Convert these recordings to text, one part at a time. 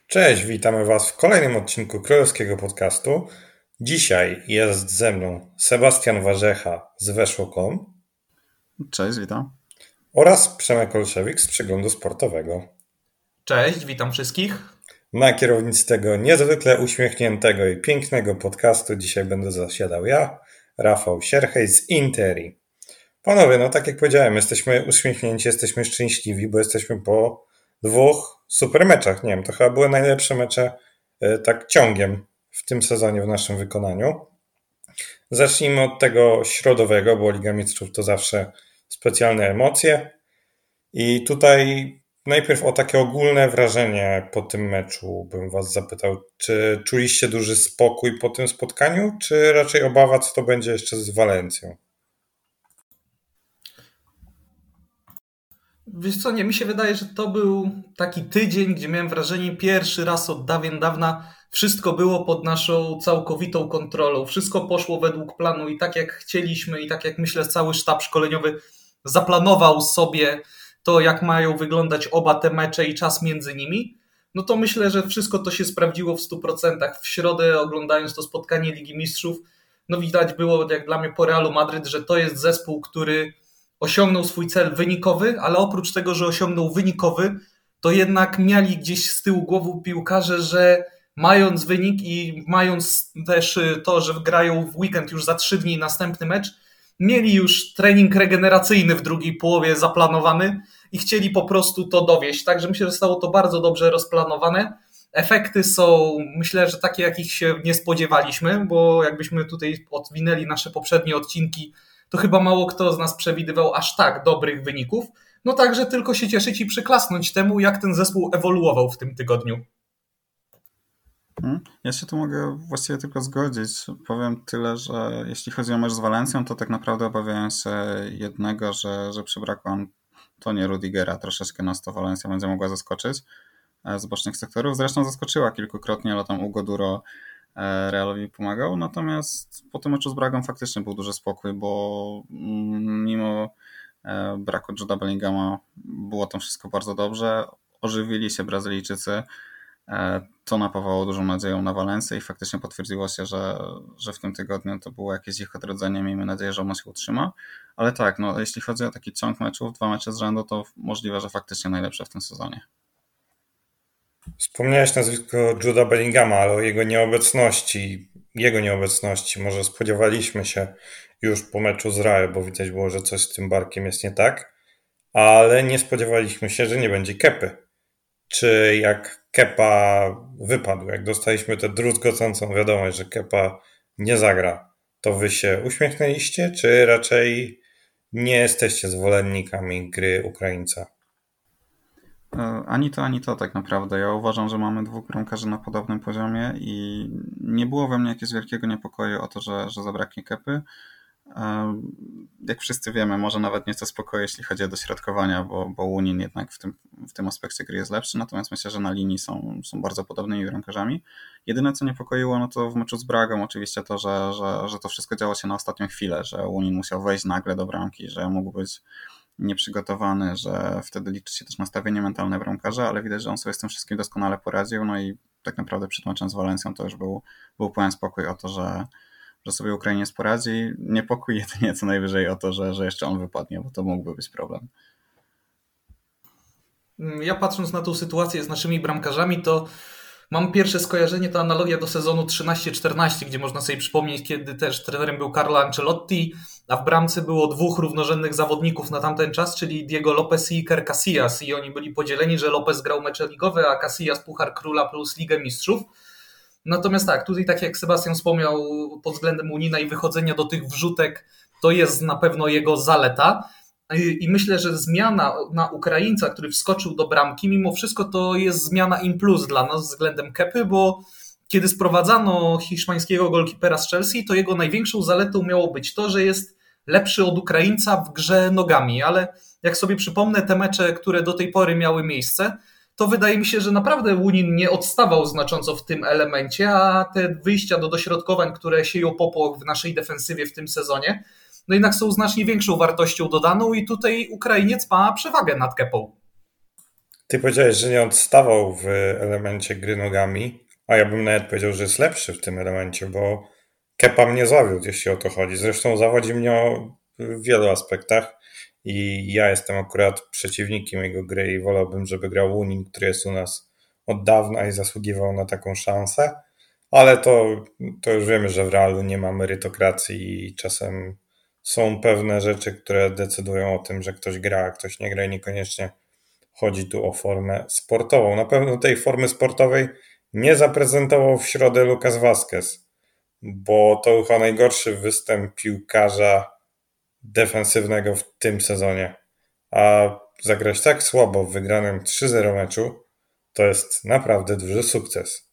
Cześć, witamy Was w kolejnym odcinku Królewskiego Podcastu. Dzisiaj jest ze mną Sebastian Warzecha z Weszło.com Cześć, witam. oraz Przemek Olszewik z Przeglądu Sportowego. Cześć, witam wszystkich. Na kierownicy tego niezwykle uśmiechniętego i pięknego podcastu dzisiaj będę zasiadał ja, Rafał Sierchej z Interi. Panowie, no tak jak powiedziałem, jesteśmy uśmiechnięci, jesteśmy szczęśliwi, bo jesteśmy po dwóch super meczach. Nie wiem, to chyba były najlepsze mecze tak ciągiem w tym sezonie w naszym wykonaniu. Zacznijmy od tego środowego, bo Liga Mistrzów to zawsze specjalne emocje. I tutaj najpierw o takie ogólne wrażenie po tym meczu bym Was zapytał. Czy czuliście duży spokój po tym spotkaniu, czy raczej obawa, co to będzie jeszcze z Walencją? Wiesz co, nie, mi się wydaje, że to był taki tydzień, gdzie miałem wrażenie pierwszy raz od dawien dawna wszystko było pod naszą całkowitą kontrolą. Wszystko poszło według planu i tak jak chcieliśmy i tak jak myślę cały sztab szkoleniowy zaplanował sobie to, jak mają wyglądać oba te mecze i czas między nimi. No to myślę, że wszystko to się sprawdziło w 100%. W środę oglądając to spotkanie Ligi Mistrzów, no widać było jak dla mnie po Realu Madryt, że to jest zespół, który osiągnął swój cel wynikowy, ale oprócz tego, że osiągnął wynikowy, to jednak mieli gdzieś z tyłu głowy piłkarze, że mając wynik i mając też to, że grają w weekend już za 3 dni następny mecz, mieli już trening regeneracyjny w drugiej połowie zaplanowany i chcieli po prostu to dowieść. Także myślę, że zostało to bardzo dobrze rozplanowane. Efekty są, myślę, że takie, jakich się nie spodziewaliśmy, bo jakbyśmy tutaj odwinęli nasze poprzednie odcinki, to chyba mało kto z nas przewidywał aż tak dobrych wyników. No także tylko się cieszyć i przyklasnąć temu, jak ten zespół ewoluował w tym tygodniu. Ja się tu mogę właściwie tylko zgodzić. Powiem tyle, że jeśli chodzi o mecz z Walencją, to tak naprawdę obawiałem się jednego, że przy braku Antonio Rudigera troszeczkę nas to Walencja będzie mogła zaskoczyć z bocznych sektorów. Zresztą zaskoczyła kilkukrotnie, ale tam Hugo Duro Realowi pomagał. Natomiast po tym meczu z Bragą faktycznie był duży spokój, bo mimo braku Jude'a Bellingama było tam wszystko bardzo dobrze. Ożywili się Brazylijczycy. To napawało dużą nadzieją na Walencję i faktycznie potwierdziło się, że w tym tygodniu to było jakieś ich odrodzenie. Miejmy nadzieję, że ono się utrzyma. Ale tak, no, jeśli chodzi o taki ciąg meczów, 2 mecze z rzędu, to możliwe, że faktycznie najlepsze w tym sezonie. Wspomniałeś nazwisko Jude'a Bellingama, ale o jego nieobecności może spodziewaliśmy się już po meczu z Real, bo widać było, że coś z tym barkiem jest nie tak, ale nie spodziewaliśmy się, że nie będzie Kepy. Czy jak Kepa wypadł, jak dostaliśmy tę druzgocącą wiadomość, że Kepa nie zagra, to wy się uśmiechnęliście, czy raczej nie jesteście zwolennikami gry Ukraińca? Ani to tak naprawdę. Ja uważam, że mamy 2 bramkarzy na podobnym poziomie i nie było we mnie jakiegoś wielkiego niepokoju o to, że zabraknie Kepy. Jak wszyscy wiemy, może nawet nieco spokoju, jeśli chodzi o dośrodkowania, bo Łunin jednak w tym aspekcie gry jest lepszy, natomiast myślę, że na linii są bardzo podobnymi bramkarzami. Jedyne, co niepokoiło, no to w meczu z Bragą oczywiście to, że to wszystko działo się na ostatnią chwilę, że Łunin musiał wejść nagle do bramki, że mógł być nieprzygotowany, że wtedy liczy się też nastawienie mentalne bramkarza, ale widać, że on sobie z tym wszystkim doskonale poradził, no i tak naprawdę przed meczem z Walencją to już był pełen spokój o to, że sobie Ukrainiec poradzi. Niepokój jedynie co najwyżej o to, że jeszcze on wypadnie, bo to mógłby być problem. Ja patrząc na tą sytuację z naszymi bramkarzami, to mam pierwsze skojarzenie, to analogia do sezonu 13-14, gdzie można sobie przypomnieć, kiedy też trenerem był Carlo Ancelotti, a w bramce było 2 równorzędnych zawodników na tamten czas, czyli Diego Lopez i Iker Casillas, i oni byli podzieleni, że Lopez grał mecze ligowe, a Casillas Puchar Króla plus Ligę Mistrzów. Natomiast tak, tutaj tak jak Sebastian wspomniał, pod względem Unina i wychodzenia do tych wrzutek, to jest na pewno jego zaleta. I myślę, że zmiana na Ukraińca, który wskoczył do bramki, mimo wszystko to jest zmiana in plus dla nas względem Kepy, bo kiedy sprowadzano hiszpańskiego golkipera z Chelsea, to jego największą zaletą miało być to, że jest lepszy od Ukraińca w grze nogami, ale jak sobie przypomnę te mecze, które do tej pory miały miejsce, to wydaje mi się, że naprawdę Łunin nie odstawał znacząco w tym elemencie, a te wyjścia do dośrodkowań, które sieją popłoch w naszej defensywie w tym sezonie, no jednak są znacznie większą wartością dodaną i tutaj Ukrainiec ma przewagę nad Kepą. Ty powiedziałeś, że nie odstawał w elemencie gry nogami, a ja bym nawet powiedział, że jest lepszy w tym elemencie, bo Kepa mnie zawiódł, jeśli o to chodzi. Zresztą zawodzi mnie w wielu aspektach i ja jestem akurat przeciwnikiem jego gry i wolałbym, żeby grał Lunin, który jest u nas od dawna i zasługiwał na taką szansę, ale to już wiemy, że w Realu nie ma merytokracji i czasem są pewne rzeczy, które decydują o tym, że ktoś gra, a ktoś nie gra i niekoniecznie chodzi tu o formę sportową. Na pewno tej formy sportowej nie zaprezentował w środę Lucas Vázquez, bo to chyba najgorszy występ piłkarza defensywnego w tym sezonie. A zagrać tak słabo w wygranym 3-0 meczu to jest naprawdę duży sukces.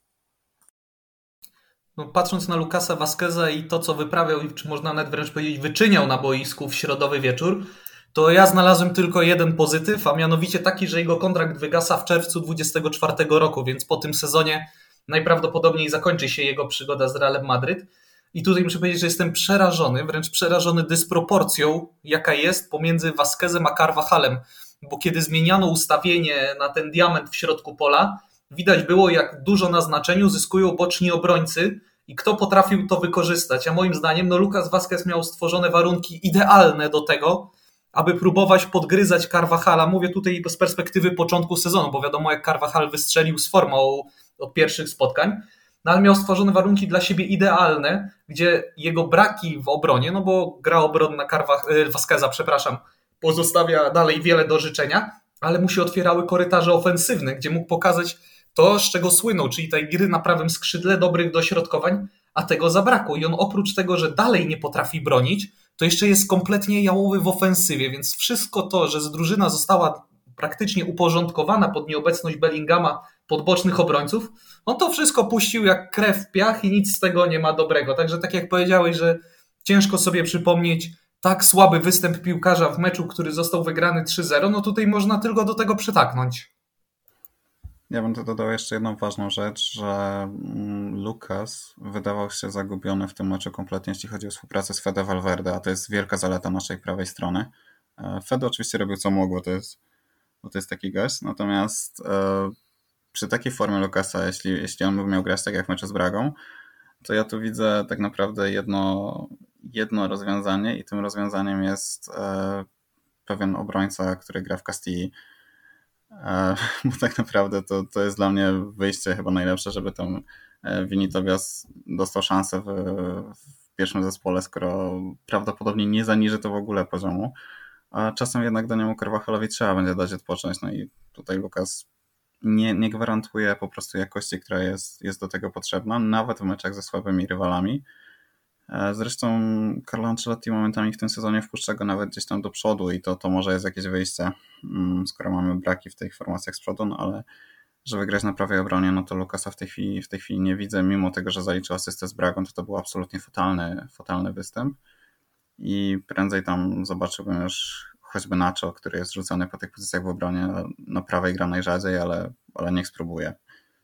No, patrząc na Lucasa Vázqueza i to, co wyprawiał i czy można nawet wręcz powiedzieć wyczyniał na boisku w środowy wieczór, to ja znalazłem tylko jeden pozytyw, a mianowicie taki, że jego kontrakt wygasa w czerwcu 2024 roku, więc po tym sezonie najprawdopodobniej zakończy się jego przygoda z Realem Madryt. I tutaj muszę powiedzieć, że jestem przerażony, wręcz przerażony dysproporcją, jaka jest pomiędzy Vázquezem a Carvajalem, bo kiedy zmieniano ustawienie na ten diament w środku pola, widać było, jak dużo na znaczeniu zyskują boczni obrońcy i kto potrafił to wykorzystać. A moim zdaniem Lucas Vázquez miał stworzone warunki idealne do tego, aby próbować podgryzać Carvajala. Mówię tutaj z perspektywy początku sezonu, bo wiadomo, jak Carvajal wystrzelił z formą od pierwszych spotkań, no ale miał stworzone warunki dla siebie idealne, gdzie jego braki w obronie, no bo gra obronna Vázqueza, pozostawia dalej wiele do życzenia, ale mu się otwierały korytarze ofensywne, gdzie mógł pokazać to, z czego słynął, czyli tej gry na prawym skrzydle, dobrych dośrodkowań, a tego zabrakło. I on oprócz tego, że dalej nie potrafi bronić, to jeszcze jest kompletnie jałowy w ofensywie, więc wszystko to, że drużyna została praktycznie uporządkowana pod nieobecność Bellingama, pod bocznych obrońców, on to wszystko puścił jak krew w piach i nic z tego nie ma dobrego. Także tak jak powiedziałeś, że ciężko sobie przypomnieć tak słaby występ piłkarza w meczu, który został wygrany 3-0, no tutaj można tylko do tego przytaknąć. Ja bym tu dodał jeszcze jedną ważną rzecz, że Lucas wydawał się zagubiony w tym meczu kompletnie, jeśli chodzi o współpracę z Fede Valverde, a to jest wielka zaleta naszej prawej strony. Fede oczywiście robił co mógł, bo to jest taki gość, natomiast przy takiej formie Lucasa, jeśli on by miał grać tak jak w meczu z Bragą, to ja tu widzę tak naprawdę jedno rozwiązanie i tym rozwiązaniem jest pewien obrońca, który gra w Castilli. Bo tak naprawdę to jest dla mnie wyjście chyba najlepsze, żeby tam Vini Tobias dostał szansę w pierwszym zespole, skoro prawdopodobnie nie zaniży to w ogóle poziomu, a czasem jednak Daniemu Carvajalowi trzeba będzie dać odpocząć, no i tutaj Lucas nie gwarantuje po prostu jakości, która jest do tego potrzebna, nawet w meczach ze słabymi rywalami. Zresztą Carlo Ancelotti momentami w tym sezonie wpuszcza go nawet gdzieś tam do przodu i to może jest jakieś wyjście, skoro mamy braki w tych formacjach z przodu, no ale żeby grać na prawej obronie, no to Lucasa w tej chwili nie widzę, mimo tego, że zaliczył asystę z Bragą, to był absolutnie fatalny występ i prędzej tam zobaczyłbym już choćby Nacho, który jest rzucany po tych pozycjach w obronie, na prawej gra najrzadziej, ale niech spróbuje.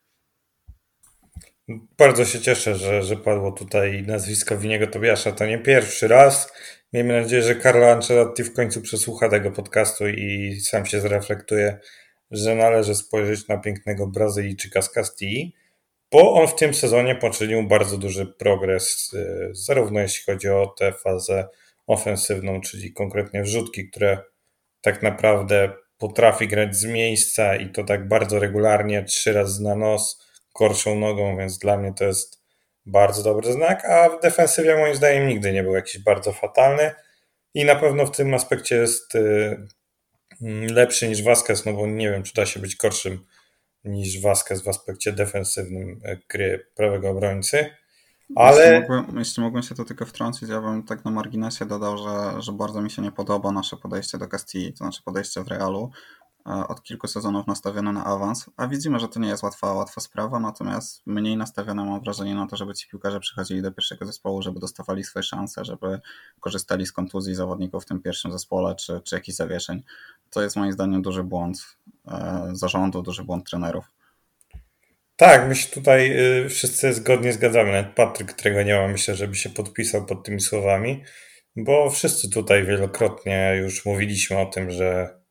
Bardzo się cieszę, że padło tutaj nazwisko Viniego Tobiasza. To nie pierwszy raz. Miejmy nadzieję, że Carlo Ancelotti w końcu przesłucha tego podcastu i sam się zreflektuje, że należy spojrzeć na pięknego Brazylijczyka z Castilli, bo on w tym sezonie poczynił bardzo duży progres, zarówno jeśli chodzi o tę fazę ofensywną, czyli konkretnie wrzutki, które tak naprawdę potrafi grać z miejsca i to tak bardzo regularnie, 3 razy na nos, gorszą nogą, więc dla mnie to jest bardzo dobry znak, a w defensywie moim zdaniem nigdy nie był jakiś bardzo fatalny i na pewno w tym aspekcie jest lepszy niż Vázquez, no bo nie wiem, czy da się być gorszym niż Vázquez w aspekcie defensywnym gry prawego obrońcy. Ale Jeśli mógłbym się to tylko wtrącić, ja bym tak na marginesie dodał, że bardzo mi się nie podoba nasze podejście do Castilli, to znaczy podejście w Realu, od kilku sezonów nastawione na awans, a widzimy, że to nie jest łatwa sprawa, natomiast mniej nastawione mam wrażenie na to, żeby ci piłkarze przychodzili do pierwszego zespołu, żeby dostawali swoje szanse, żeby korzystali z kontuzji zawodników w tym pierwszym zespole, czy jakichś zawieszeń. To jest moim zdaniem duży błąd zarządu, duży błąd trenerów. Tak, my się tutaj wszyscy zgodnie zgadzamy. Nawet Patryk, którego nie ma, myślę, żeby się podpisał pod tymi słowami, bo wszyscy tutaj wielokrotnie już mówiliśmy o tym, że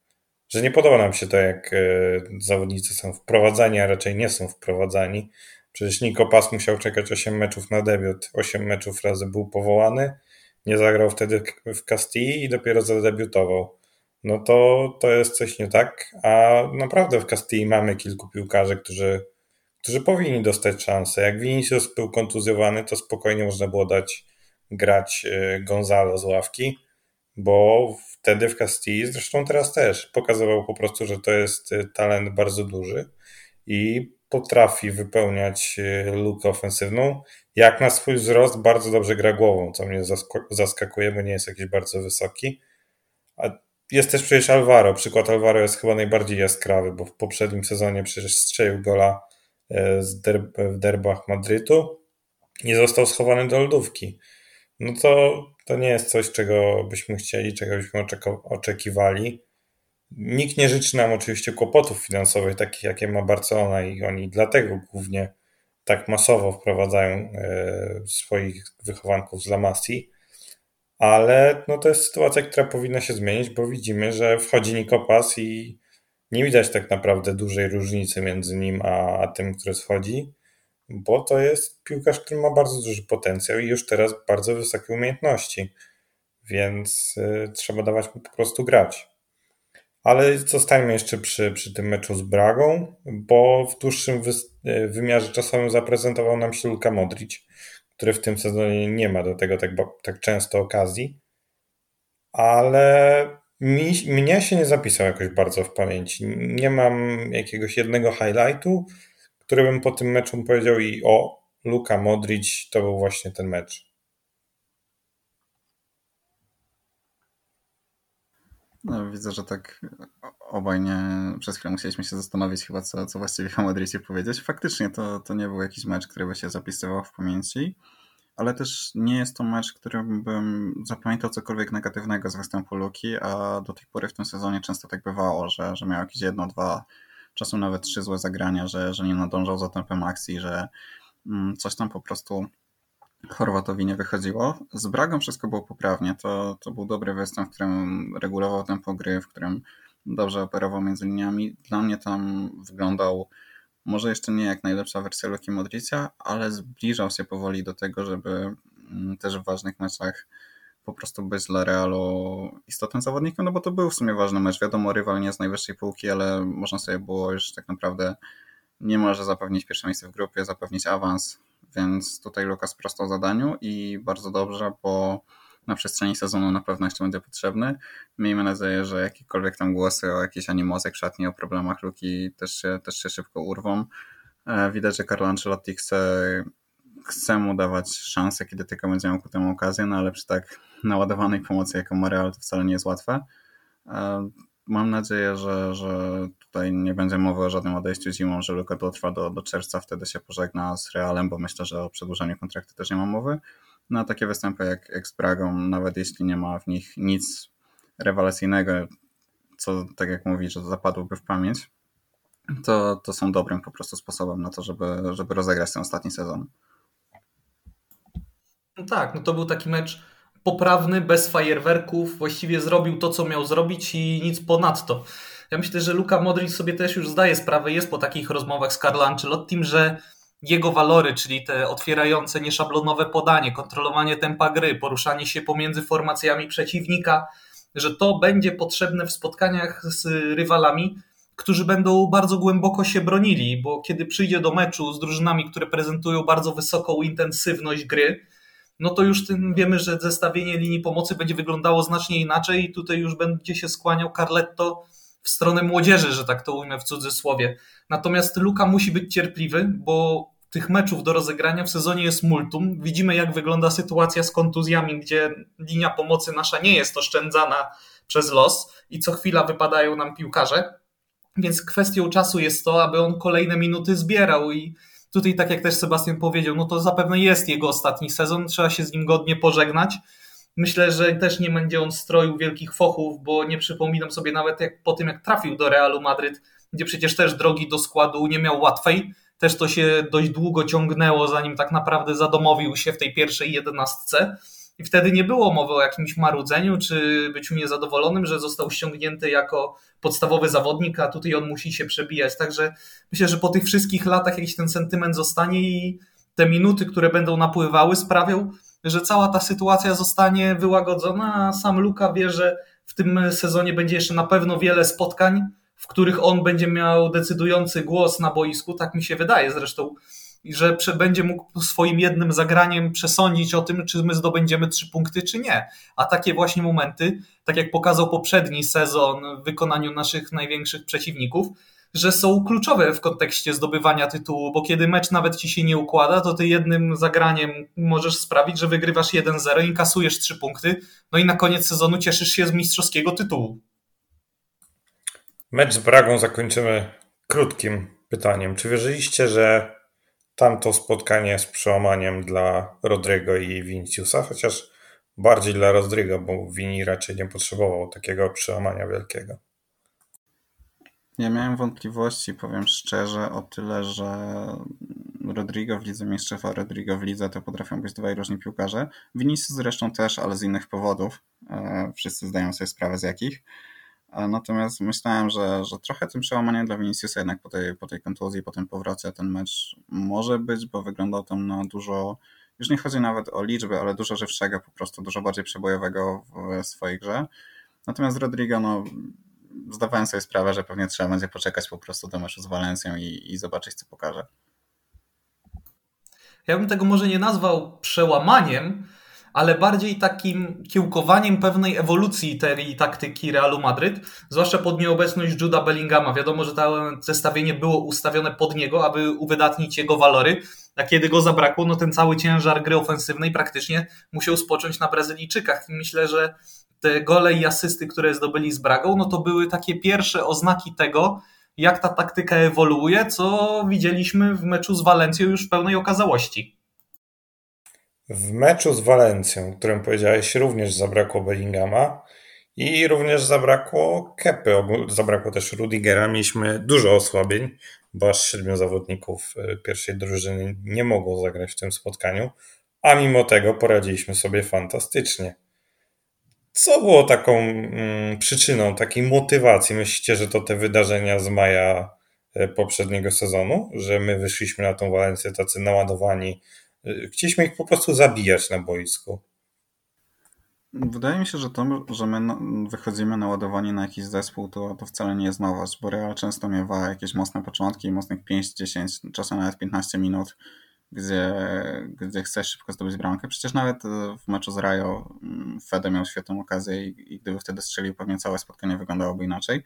że nie podoba nam się to, jak zawodnicy są wprowadzani, a raczej nie są wprowadzani. Przecież Nico Pass musiał czekać 8 meczów na debiut, 8 meczów razy był powołany, nie zagrał wtedy w Castilli i dopiero zadebiutował. No to jest coś nie tak, a naprawdę w Castilli mamy kilku piłkarzy, którzy powinni dostać szansę. Jak Vinicius był kontuzjowany, to spokojnie można było dać grać Gonzalo z ławki, bo wtedy w Castilli, zresztą teraz też, pokazywał po prostu, że to jest talent bardzo duży i potrafi wypełniać lukę ofensywną. Jak na swój wzrost bardzo dobrze gra głową, co mnie zaskakuje, bo nie jest jakiś bardzo wysoki. A jest też przecież Alvaro. Przykład Alvaro jest chyba najbardziej jaskrawy, bo w poprzednim sezonie przecież strzelił gola w derbach Madrytu i został schowany do lodówki. No to nie jest coś, czego byśmy chcieli, czego byśmy oczekiwali. Nikt nie życzy nam oczywiście kłopotów finansowych, takich jakie ma Barcelona i oni dlatego głównie tak masowo wprowadzają swoich wychowanków z La Masii, ale no to jest sytuacja, która powinna się zmienić, bo widzimy, że wchodzi Nico Pass i nie widać tak naprawdę dużej różnicy między nim a tym, który schodzi, bo to jest piłkarz, który ma bardzo duży potencjał i już teraz bardzo wysokie umiejętności, więc trzeba dawać mu po prostu grać. Ale zostańmy jeszcze przy tym meczu z Bragą, bo w dłuższym wymiarze czasowym zaprezentował nam się Luka Modric, który w tym sezonie nie ma do tego tak często okazji, ale mnie się nie zapisał jakoś bardzo w pamięci. Nie mam jakiegoś jednego highlightu, który bym po tym meczu powiedział Luka Modric to był właśnie ten mecz. No, widzę, że tak obaj nie przez chwilę musieliśmy się zastanowić chyba, co właściwie o Madrycie powiedzieć. Faktycznie to nie był jakiś mecz, który by się zapisywał w pamięci, ale też nie jest to mecz, którym bym zapamiętał cokolwiek negatywnego z występu Luki, a do tej pory w tym sezonie często tak bywało, że miał jakieś 1-2, czasem nawet 3 złe zagrania, że nie nadążał za tempem akcji, że coś tam po prostu Chorwatowi nie wychodziło. Z Bragą wszystko było poprawnie. To był dobry występ, w którym regulował tempo gry, w którym dobrze operował między liniami. Dla mnie tam wyglądał może jeszcze nie jak najlepsza wersja Luki Modricia, ale zbliżał się powoli do tego, żeby też w ważnych meczach po prostu być dla Realu istotnym zawodnikiem, no bo to był w sumie ważny mecz. Wiadomo, rywal nie z najwyższej półki, ale można sobie było już tak naprawdę niemalże zapewnić pierwsze miejsce w grupie, zapewnić awans, więc tutaj Luka sprostał zadaniu i bardzo dobrze, bo na przestrzeni sezonu na pewno jeszcze będzie potrzebny. Miejmy nadzieję, że jakiekolwiek tam głosy o jakichś animozek w szatni, o problemach Luki też się szybko urwą. Widać, że Carlo Ancelotti chce mu dawać szansę, kiedy tylko będzie miał ku temu okazję, no ale przy tak naładowanej pomocy, jaką ma Real, to wcale nie jest łatwe. Mam nadzieję, że tutaj nie będzie mowy o żadnym odejściu zimą, że Luka dotrwa do czerwca, wtedy się pożegna z Realem, bo myślę, że o przedłużeniu kontraktu też nie ma mowy. No a takie występy jak z Pragą, nawet jeśli nie ma w nich nic rewelacyjnego, co tak jak mówi, że zapadłoby w pamięć, to są dobrym po prostu sposobem na to, żeby rozegrać ten ostatni sezon. No tak, no to był taki mecz poprawny, bez fajerwerków, właściwie zrobił to, co miał zrobić i nic ponadto. Ja myślę, że Luka Modric sobie też już zdaje sprawę, jest po takich rozmowach z Carlo Ancelottim, że jego walory, czyli te otwierające nieszablonowe podanie, kontrolowanie tempa gry, poruszanie się pomiędzy formacjami przeciwnika, że to będzie potrzebne w spotkaniach z rywalami, którzy będą bardzo głęboko się bronili, bo kiedy przyjdzie do meczu z drużynami, które prezentują bardzo wysoką intensywność gry, no to już wiemy, że zestawienie linii pomocy będzie wyglądało znacznie inaczej i tutaj już będzie się skłaniał Carletto w stronę młodzieży, że tak to ujmę w cudzysłowie. Natomiast Luka musi być cierpliwy, bo tych meczów do rozegrania w sezonie jest multum. Widzimy, jak wygląda sytuacja z kontuzjami, gdzie linia pomocy nasza nie jest oszczędzana przez los i co chwila wypadają nam piłkarze. Więc kwestią czasu jest to, aby on kolejne minuty zbierał i tutaj, tak jak też Sebastian powiedział, no to zapewne jest jego ostatni sezon, trzeba się z nim godnie pożegnać. Myślę, że też nie będzie on stroił wielkich fochów, bo nie przypominam sobie nawet po tym, jak trafił do Realu Madryt, gdzie przecież też drogi do składu nie miał łatwej. Też to się dość długo ciągnęło, zanim tak naprawdę zadomowił się w tej pierwszej 11. i wtedy nie było mowy o jakimś marudzeniu czy byciu niezadowolonym, że został ściągnięty jako podstawowy zawodnik, a tutaj on musi się przebijać. Także myślę, że po tych wszystkich latach jakiś ten sentyment zostanie i te minuty, które będą napływały, sprawią, że cała ta sytuacja zostanie wyłagodzona, a sam Luka wie, że w tym sezonie będzie jeszcze na pewno wiele spotkań, w których on będzie miał decydujący głos na boisku, tak mi się wydaje zresztą, i że będzie mógł swoim jednym zagraniem przesądzić o tym, czy my zdobędziemy 3 punkty, czy nie. A takie właśnie momenty, tak jak pokazał poprzedni sezon w wykonaniu naszych największych przeciwników, że są kluczowe w kontekście zdobywania tytułu, bo kiedy mecz nawet ci się nie układa, to ty jednym zagraniem możesz sprawić, że wygrywasz 1-0 i kasujesz 3 punkty, no i na koniec sezonu cieszysz się z mistrzowskiego tytułu. Mecz z Bragą zakończymy krótkim pytaniem. Czy wierzyliście, że tamto spotkanie jest przełamaniem dla Rodrigo i Viniciusa? Chociaż bardziej dla Rodrigo, bo Vini raczej nie potrzebował takiego przełamania wielkiego. Ja miałem wątpliwości, powiem szczerze, o tyle, że Rodrigo w Lidze Mistrzów, a Rodrigo w Lidze to potrafią być dwaj różni piłkarze. Vinicius zresztą też, ale z innych powodów. Wszyscy zdają sobie sprawę z jakich. Natomiast myślałem, że trochę tym przełamaniem dla Viniciusa jednak po tej kontuzji, po tym powrocie ten mecz może być, bo wyglądał tam na dużo, już nie chodzi nawet o liczby, ale dużo żywszego, po prostu dużo bardziej przebojowego w swojej grze. Natomiast Rodrigo, no zdawałem sobie sprawę, że pewnie trzeba będzie poczekać po prostu do meczu z Walencją i zobaczyć, co pokaże. Ja bym tego może nie nazwał przełamaniem, ale bardziej takim kiełkowaniem pewnej ewolucji tej taktyki Realu Madryt, zwłaszcza pod nieobecność Jude'a Bellingama. Wiadomo, że to zestawienie było ustawione pod niego, aby uwydatnić jego walory, a kiedy go zabrakło, no ten cały ciężar gry ofensywnej praktycznie musiał spocząć na Brazylijczykach. I myślę, że te gole i asysty, które zdobyli z Bragą, no to były takie pierwsze oznaki tego, jak ta taktyka ewoluuje, co widzieliśmy w meczu z Walencją już w pełnej okazałości. W meczu z Walencją, o którym powiedziałeś, również zabrakło Bellingama i również zabrakło Kepy, zabrakło też Rudigera. Mieliśmy dużo osłabień, bo aż 7 zawodników pierwszej drużyny nie mogło zagrać w tym spotkaniu, a mimo tego poradziliśmy sobie fantastycznie. Co było taką przyczyną, takiej motywacji? Myślicie, że to te wydarzenia z maja poprzedniego sezonu, że my wyszliśmy na tą Walencję tacy naładowani? Chcieliśmy ich po prostu zabijać na boisku. Wydaje mi się, że to, że my wychodzimy naładowani na jakiś zespół, to wcale nie jest nowość, bo Real często miewa jakieś mocne początki, mocnych 5, 10, czasem nawet 15 minut, gdzie chcesz szybko zdobyć bramkę. Przecież nawet w meczu z Rayo Fede miał świetną okazję i gdyby wtedy strzelił, pewnie całe spotkanie wyglądałoby inaczej.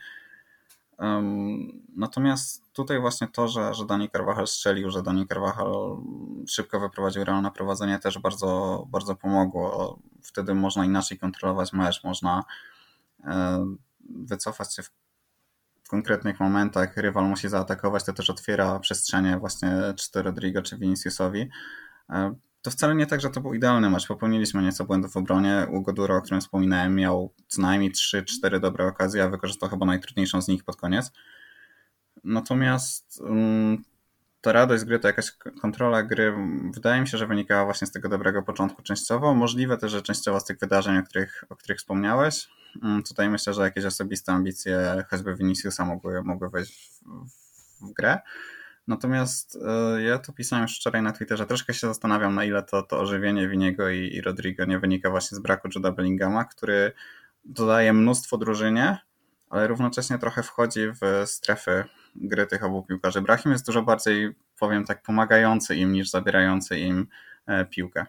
Natomiast tutaj właśnie to, że Dani Carvajal strzelił, że Dani Carvajal szybko wyprowadził Real na prowadzenie, też bardzo, bardzo pomogło. Wtedy można inaczej kontrolować mecz, można wycofać się w konkretnych momentach, rywal musi zaatakować, to też otwiera przestrzenie właśnie czy Rodrigo, czy Viniciusowi. To wcale nie tak, że to był idealny mecz. Popełniliśmy nieco błędów w obronie. Hugo Duro, o którym wspominałem, miał co najmniej 3-4 dobre okazje, a wykorzystał chyba najtrudniejszą z nich pod koniec. Natomiast ta radość z gry, to jakaś kontrola gry, wydaje mi się, że wynikała właśnie z tego dobrego początku częściowo. Możliwe też, że częściowo z tych wydarzeń, o których wspomniałeś. Tutaj myślę, że jakieś osobiste ambicje choćby Viniciusa mogły wejść w grę. Natomiast ja to pisałem już wczoraj na Twitterze, troszkę się zastanawiam, na ile to ożywienie Viniego i Rodrigo nie wynika właśnie z braku Jude'a Bellingama, który dodaje mnóstwo drużynie, ale równocześnie trochę wchodzi w strefy gry tych obu piłkarzy. Brahim jest dużo bardziej, powiem tak, pomagający im niż zabierający im piłkę.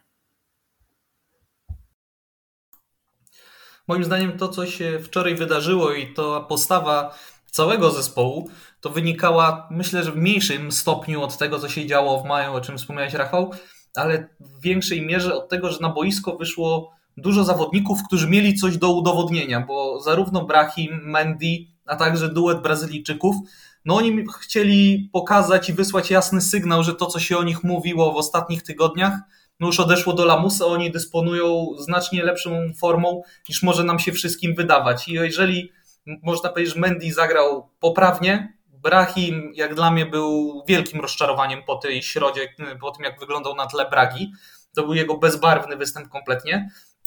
Moim zdaniem to, co się wczoraj wydarzyło i to postawa całego zespołu, to wynikała, myślę, że w mniejszym stopniu od tego, co się działo w maju, o czym wspomniałeś, Rafał, ale w większej mierze od tego, że na boisko wyszło dużo zawodników, którzy mieli coś do udowodnienia, bo zarówno Brahim, Mendy, a także duet Brazylijczyków, no oni chcieli pokazać i wysłać jasny sygnał, że to, co się o nich mówiło w ostatnich tygodniach, no już odeszło do lamusa, oni dysponują znacznie lepszą formą, niż może nam się wszystkim wydawać. I jeżeli można powiedzieć, że Mendy zagrał poprawnie, Brahim jak dla mnie był wielkim rozczarowaniem po tej środzie, po tym jak wyglądał na tle Bragi. To był jego bezbarwny występ kompletnie.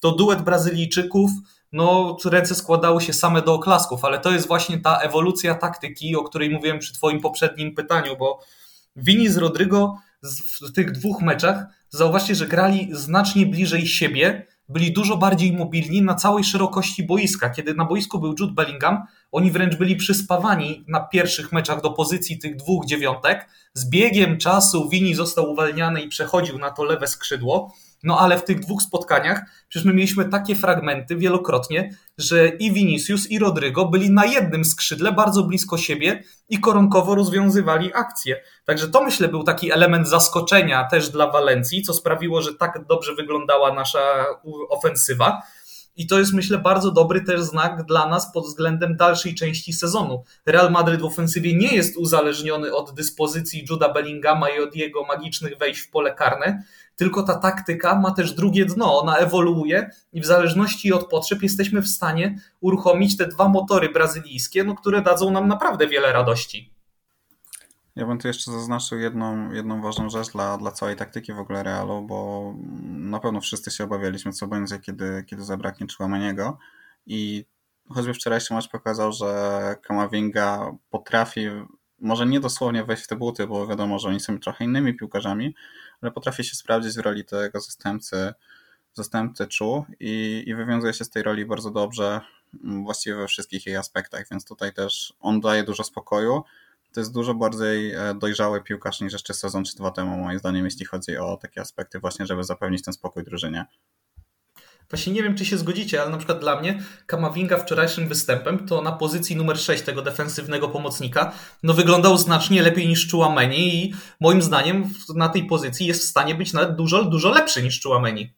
to duet Brazylijczyków, no ręce składały się same do oklasków, ale to jest właśnie ta ewolucja taktyki, o której mówiłem przy twoim poprzednim pytaniu, bo Vini z Rodrygo w tych dwóch meczach, zauważcie, że grali znacznie bliżej siebie, byli dużo bardziej mobilni na całej szerokości boiska. Kiedy na boisku był Jude Bellingham, oni wręcz byli przyspawani na pierwszych meczach do pozycji tych dwóch dziewiątek. Z biegiem czasu Vini został uwalniany i przechodził na to lewe skrzydło. No ale w tych dwóch spotkaniach przecież my mieliśmy takie fragmenty wielokrotnie, że i Vinicius, i Rodrygo byli na jednym skrzydle, bardzo blisko siebie i koronkowo rozwiązywali akcje. Także to, myślę, był taki element zaskoczenia też dla Walencji, co sprawiło, że tak dobrze wyglądała nasza ofensywa. I to jest, myślę, bardzo dobry też znak dla nas pod względem dalszej części sezonu. Real Madryt w ofensywie nie jest uzależniony od dyspozycji Juda Bellinghama i od jego magicznych wejść w pole karne, tylko ta taktyka ma też drugie dno, ona ewoluuje i w zależności od potrzeb jesteśmy w stanie uruchomić te dwa motory brazylijskie, no, które dadzą nam naprawdę wiele radości. Ja bym tu jeszcze zaznaczył jedną ważną rzecz dla całej taktyki w ogóle Realu, bo na pewno wszyscy się obawialiśmy, co będzie, kiedy zabraknie Tchouaméniego i choćby wczorajszy mecz pokazał, że Camavinga potrafi, może nie dosłownie wejść w te buty, bo wiadomo, że oni są trochę innymi piłkarzami, ale potrafi się sprawdzić w roli tego zastępcy Chu i wywiązuje się z tej roli bardzo dobrze, właściwie we wszystkich jej aspektach, więc tutaj też on daje dużo spokoju. To jest dużo bardziej dojrzały piłkarz niż jeszcze sezon czy 2 temu, moim zdaniem, jeśli chodzi o takie aspekty właśnie, żeby zapewnić ten spokój drużynie. Właśnie nie wiem, czy się zgodzicie, ale na przykład dla mnie Camavinga wczorajszym występem to na pozycji numer 6 tego defensywnego pomocnika no wyglądał znacznie lepiej niż Tchouaméni i moim zdaniem na tej pozycji jest w stanie być nawet dużo, dużo lepszy niż Tchouaméni.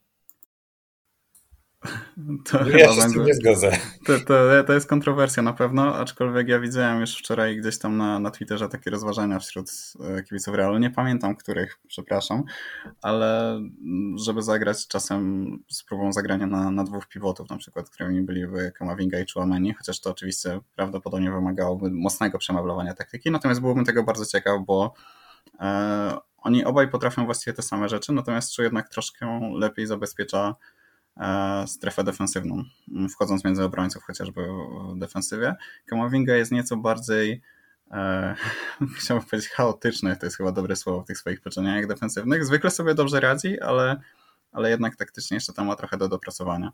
Ja się z tym nie zgodzę. To jest kontrowersja na pewno, aczkolwiek ja widziałem już wczoraj gdzieś tam na Twitterze takie rozważania wśród kibiców Realu, nie pamiętam których, przepraszam, ale żeby zagrać czasem z próbą zagrania na dwóch pivotów, na przykład, którymi byliby Camavinga i Tchouaméni, chociaż to oczywiście prawdopodobnie wymagałoby mocnego przemeblowania taktyki, natomiast byłbym tego bardzo ciekaw, bo oni obaj potrafią właściwie te same rzeczy, natomiast Chu jednak troszkę lepiej zabezpiecza strefę defensywną, wchodząc między obrońców chociażby w defensywie. Camavinga jest nieco bardziej chciałbym powiedzieć chaotyczny, to jest chyba dobre słowo w tych swoich poczynaniach defensywnych. Zwykle sobie dobrze radzi, ale jednak taktycznie jeszcze tam ma trochę do dopracowania.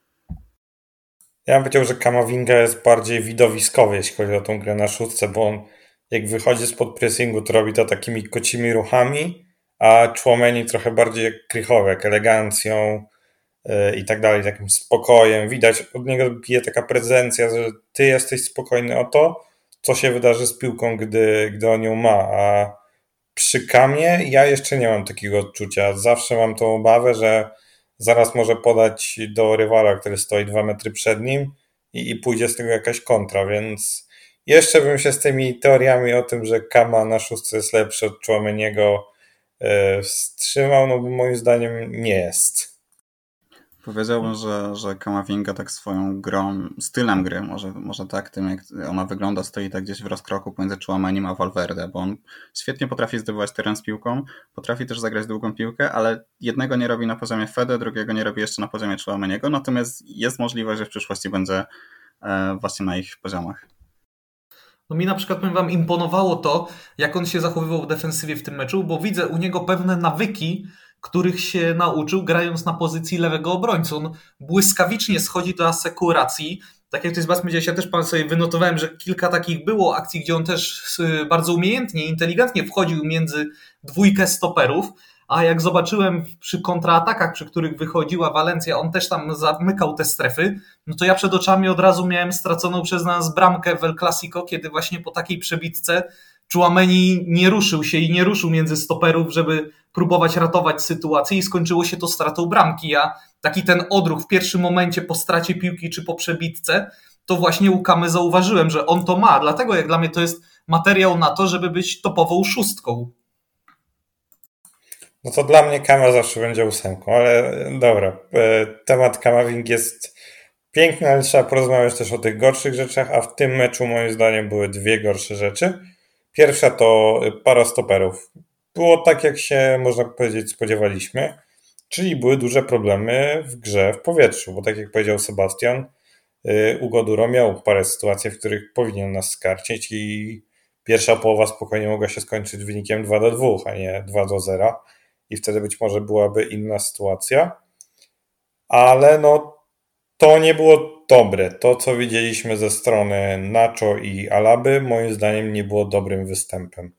Ja bym powiedział, że Camavinga jest bardziej widowiskowy, jeśli chodzi o tą grę na szóstce, bo on jak wychodzi spod pressingu, to robi to takimi kocimi ruchami, a Tchouaméni trochę bardziej jak Krychowiak, elegancją i tak dalej, takim spokojem. Widać, od niego bije taka prezencja, że ty jesteś spokojny o to, co się wydarzy z piłką, gdy on ją ma, a przy Kamie ja jeszcze nie mam takiego odczucia. Zawsze mam tą obawę, że zaraz może podać do rywala, który stoi 2 metry przed nim i pójdzie z tego jakaś kontra, więc jeszcze bym się z tymi teoriami o tym, że Kama na szóstce jest lepszy od Tchouaméniego wstrzymał, no bo moim zdaniem nie jest. Powiedziałbym, że Camavinga tak swoją grą, stylem gry, może tak, tym jak ona wygląda, stoi tak gdzieś w rozkroku pomiędzy Tchouaménim a Valverde, bo on świetnie potrafi zdobywać teren z piłką, potrafi też zagrać długą piłkę, ale jednego nie robi na poziomie Fede, drugiego nie robi jeszcze na poziomie Tchouaméniego, natomiast jest możliwość, że w przyszłości będzie właśnie na ich poziomach. No mi na przykład, powiem wam, imponowało to, jak on się zachowywał w defensywie w tym meczu, bo widzę u niego pewne nawyki, których się nauczył grając na pozycji lewego obrońcy. On błyskawicznie schodzi do asekuracji. Tak jak to jest was powiedziałeś, ja też sobie wynotowałem, że kilka takich było akcji, gdzie on też bardzo umiejętnie, inteligentnie wchodził między dwójkę stoperów, a jak zobaczyłem przy kontratakach, przy których wychodziła Walencja, on też tam zamykał te strefy, no to ja przed oczami od razu miałem straconą przez nas bramkę w El Clasico, kiedy właśnie po takiej przebitce Tchouaméni nie ruszył się i nie ruszył między stoperów, żeby próbować ratować sytuację i skończyło się to stratą bramki. Ja taki ten odruch w pierwszym momencie po stracie piłki czy po przebitce, to właśnie u Kamy zauważyłem, że on to ma, dlatego jak dla mnie to jest materiał na to, żeby być topową szóstką. No to dla mnie Kama zawsze będzie 8, ale dobra, temat Kamawing jest piękny, ale trzeba porozmawiać też o tych gorszych rzeczach, a w tym meczu moim zdaniem były 2 gorsze rzeczy. Pierwsza to para stoperów. Było tak, jak się, można powiedzieć, spodziewaliśmy. Czyli były duże problemy w grze w powietrzu, bo tak jak powiedział Sebastian, Ugo Duro miał parę sytuacji, w których powinien nas skarcić i pierwsza połowa spokojnie mogła się skończyć wynikiem 2-2, a nie 2-0 i wtedy być może byłaby inna sytuacja, ale no to nie było dobre. To, co widzieliśmy ze strony Nacho i Alaby, moim zdaniem nie było dobrym występem.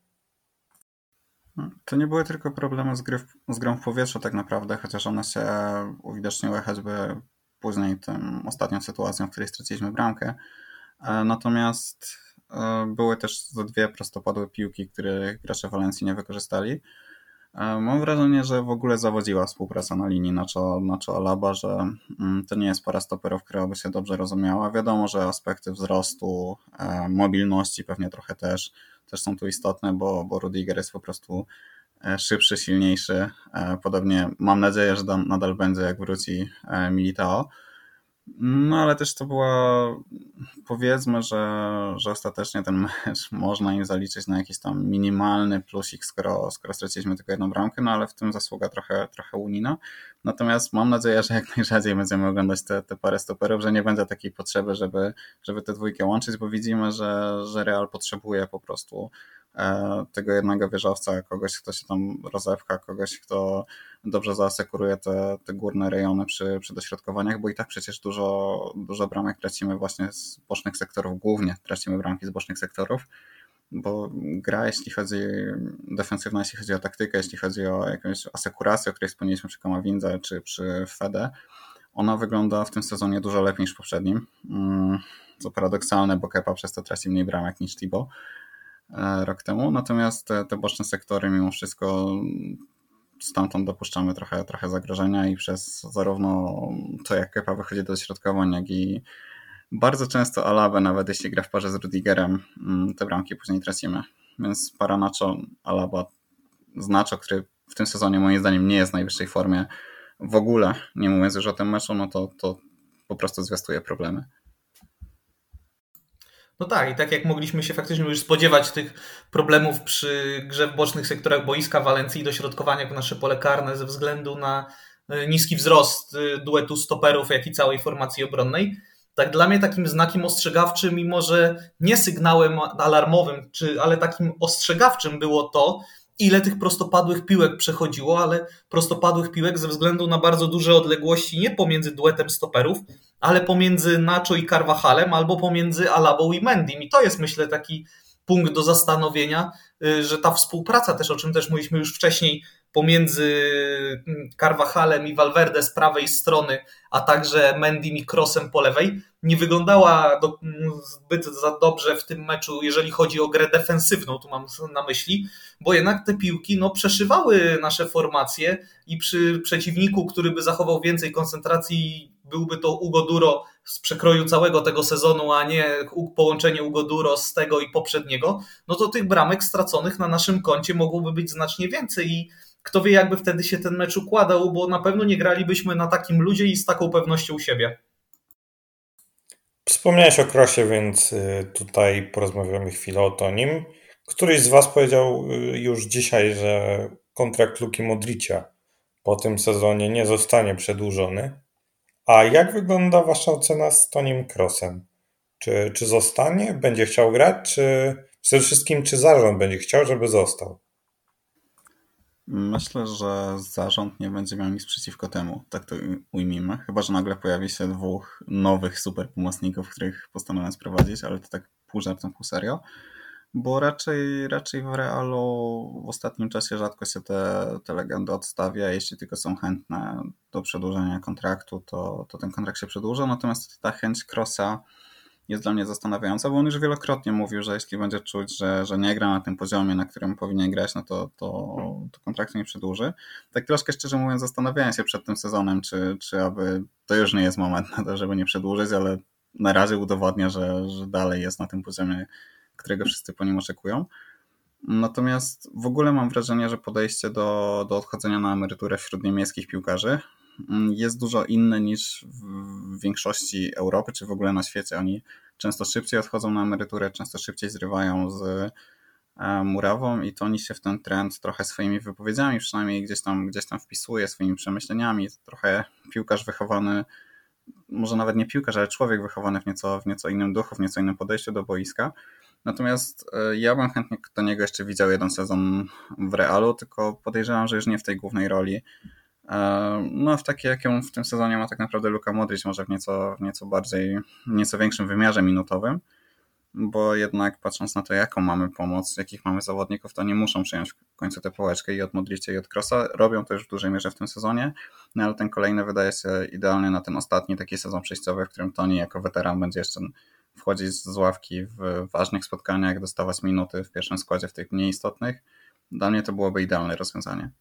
To nie były tylko problemy z grą w powietrzu tak naprawdę, chociaż one się uwidoczniły choćby później tym ostatnią sytuacją, w której straciliśmy bramkę. Natomiast były też ze dwie prostopadłe piłki, których gracze Walencji nie wykorzystali. Mam wrażenie, że w ogóle zawodziła współpraca na linii Nacho Alaba, że to nie jest para stoperów, która by się dobrze rozumiała. Wiadomo, że aspekty wzrostu, mobilności pewnie trochę też są tu istotne, bo Rudiger jest po prostu szybszy, silniejszy. Podobnie mam nadzieję, że nadal będzie, jak wróci Militao. No ale też to była, powiedzmy, że ostatecznie ten mecz można im zaliczyć na jakiś tam minimalny plusik, skoro straciliśmy tylko jedną bramkę, no ale w tym zasługa trochę Unina. Natomiast mam nadzieję, że jak najrzadziej będziemy oglądać te parę stoperów, że nie będzie takiej potrzeby, żeby te dwójkę łączyć, bo widzimy, że Real potrzebuje po prostu tego jednego wieżowca, kogoś, kto się tam rozepcha, kogoś, kto dobrze zaasekuruje te górne rejony przy dośrodkowaniach, bo i tak przecież dużo bramek tracimy właśnie z bocznych sektorów, głównie tracimy bramki z bocznych sektorów, bo gra, jeśli chodzi defensywna, jeśli chodzi o taktykę, jeśli chodzi o jakąś asekurację, o której wspomnieliśmy przy Kamawindze czy przy Fede, ona wygląda w tym sezonie dużo lepiej niż w poprzednim. Co paradoksalne, bo Kepa przez to traci mniej bramek niż Thibaut rok temu, natomiast te boczne sektory mimo wszystko stamtąd dopuszczamy trochę zagrożenia i przez zarówno to, jak Kepa wychodzi do dośrodkowań, jak i bardzo często Alabę, nawet jeśli gra w parze z Rudigerem, te bramki później tracimy. Więc para Nacho, Alaba z Nacho, który w tym sezonie moim zdaniem nie jest w najwyższej formie w ogóle, nie mówiąc już o tym meczu, no to po prostu zwiastuje problemy. No tak, i tak jak mogliśmy się faktycznie już spodziewać tych problemów przy grze w bocznych sektorach boiska Walencji i dośrodkowaniach w nasze pole karne ze względu na niski wzrost duetu stoperów, jak i całej formacji obronnej, tak dla mnie takim znakiem ostrzegawczym, mimo że nie sygnałem alarmowym, ale takim ostrzegawczym było to, ile tych prostopadłych piłek przechodziło, ale prostopadłych piłek ze względu na bardzo duże odległości nie pomiędzy duetem stoperów, ale pomiędzy Nacho i Carvajalem albo pomiędzy Alabą i Mendym. I to jest, myślę, taki punkt do zastanowienia, że ta współpraca też, o czym też mówiliśmy już wcześniej, pomiędzy Carvajalem i Valverde z prawej strony, a także Mendym i Kroosem po lewej, nie wyglądała zbyt za dobrze w tym meczu, jeżeli chodzi o grę defensywną, tu mam na myśli, bo jednak te piłki przeszywały nasze formacje i przy przeciwniku, który by zachował więcej koncentracji, byłby to Ugo Duro z przekroju całego tego sezonu, a nie połączenie Ugo Duro z tego i poprzedniego, no to tych bramek straconych na naszym koncie mogłoby być znacznie więcej i kto wie, jakby wtedy się ten mecz układał, bo na pewno nie gralibyśmy na takim ludzie i z taką pewnością siebie. Wspomniałeś o Kroosie, więc tutaj porozmawiamy chwilę o nim. Któryś z Was powiedział już dzisiaj, że kontrakt Luki Modricia po tym sezonie nie zostanie przedłużony. A jak wygląda Wasza ocena z Tonim Kroosem? Czy zostanie? Będzie chciał grać? Czy przede wszystkim, czy zarząd będzie chciał, żeby został? Myślę, że zarząd nie będzie miał nic przeciwko temu, tak to ujmijmy. Chyba że nagle pojawi się dwóch nowych super pomocników, których postanowią sprowadzić, ale to tak pół żartem, pół serio. Bo raczej w Realu w ostatnim czasie rzadko się te legendy odstawia. Jeśli tylko są chętne do przedłużenia kontraktu, to ten kontrakt się przedłuża. Natomiast ta chęć Kroosa jest dla mnie zastanawiająca, bo on już wielokrotnie mówił, że jeśli będzie czuć, że nie gra na tym poziomie, na którym powinien grać, no to kontraktu nie przedłuży. Tak troszkę szczerze mówiąc zastanawiałem się przed tym sezonem, czy aby to już nie jest moment na to, żeby nie przedłużyć, ale na razie udowodnia, że dalej jest na tym poziomie, którego wszyscy po nim oczekują. Natomiast w ogóle mam wrażenie, że podejście do odchodzenia na emeryturę wśród niemieckich piłkarzy jest dużo inne niż w większości Europy, czy w ogóle na świecie. Oni często szybciej odchodzą na emeryturę, często szybciej zrywają murawą i Toni się w ten trend trochę swoimi wypowiedziami przynajmniej gdzieś tam wpisuje, swoimi przemyśleniami. Trochę piłkarz wychowany, może nawet nie piłkarz, ale człowiek wychowany w nieco innym duchu, w nieco innym podejściu do boiska. Natomiast ja bym chętnie do niego jeszcze widział jeden sezon w Realu, tylko podejrzewam, że już nie w tej głównej roli. No w takiej, jaką w tym sezonie ma tak naprawdę Luka Modric, może w nieco większym wymiarze minutowym, bo jednak patrząc na to, jaką mamy pomoc, jakich mamy zawodników, to nie muszą przyjąć w końcu tę pałeczkę i od Modricia i od Krosa. Robią to już w dużej mierze w tym sezonie, no ale ten kolejny wydaje się idealny na ten ostatni taki sezon przejściowy, w którym Toni jako weteran będzie jeszcze wchodzić z ławki w ważnych spotkaniach, dostawać minuty w pierwszym składzie, w tych mniej istotnych. Dla mnie to byłoby idealne rozwiązanie.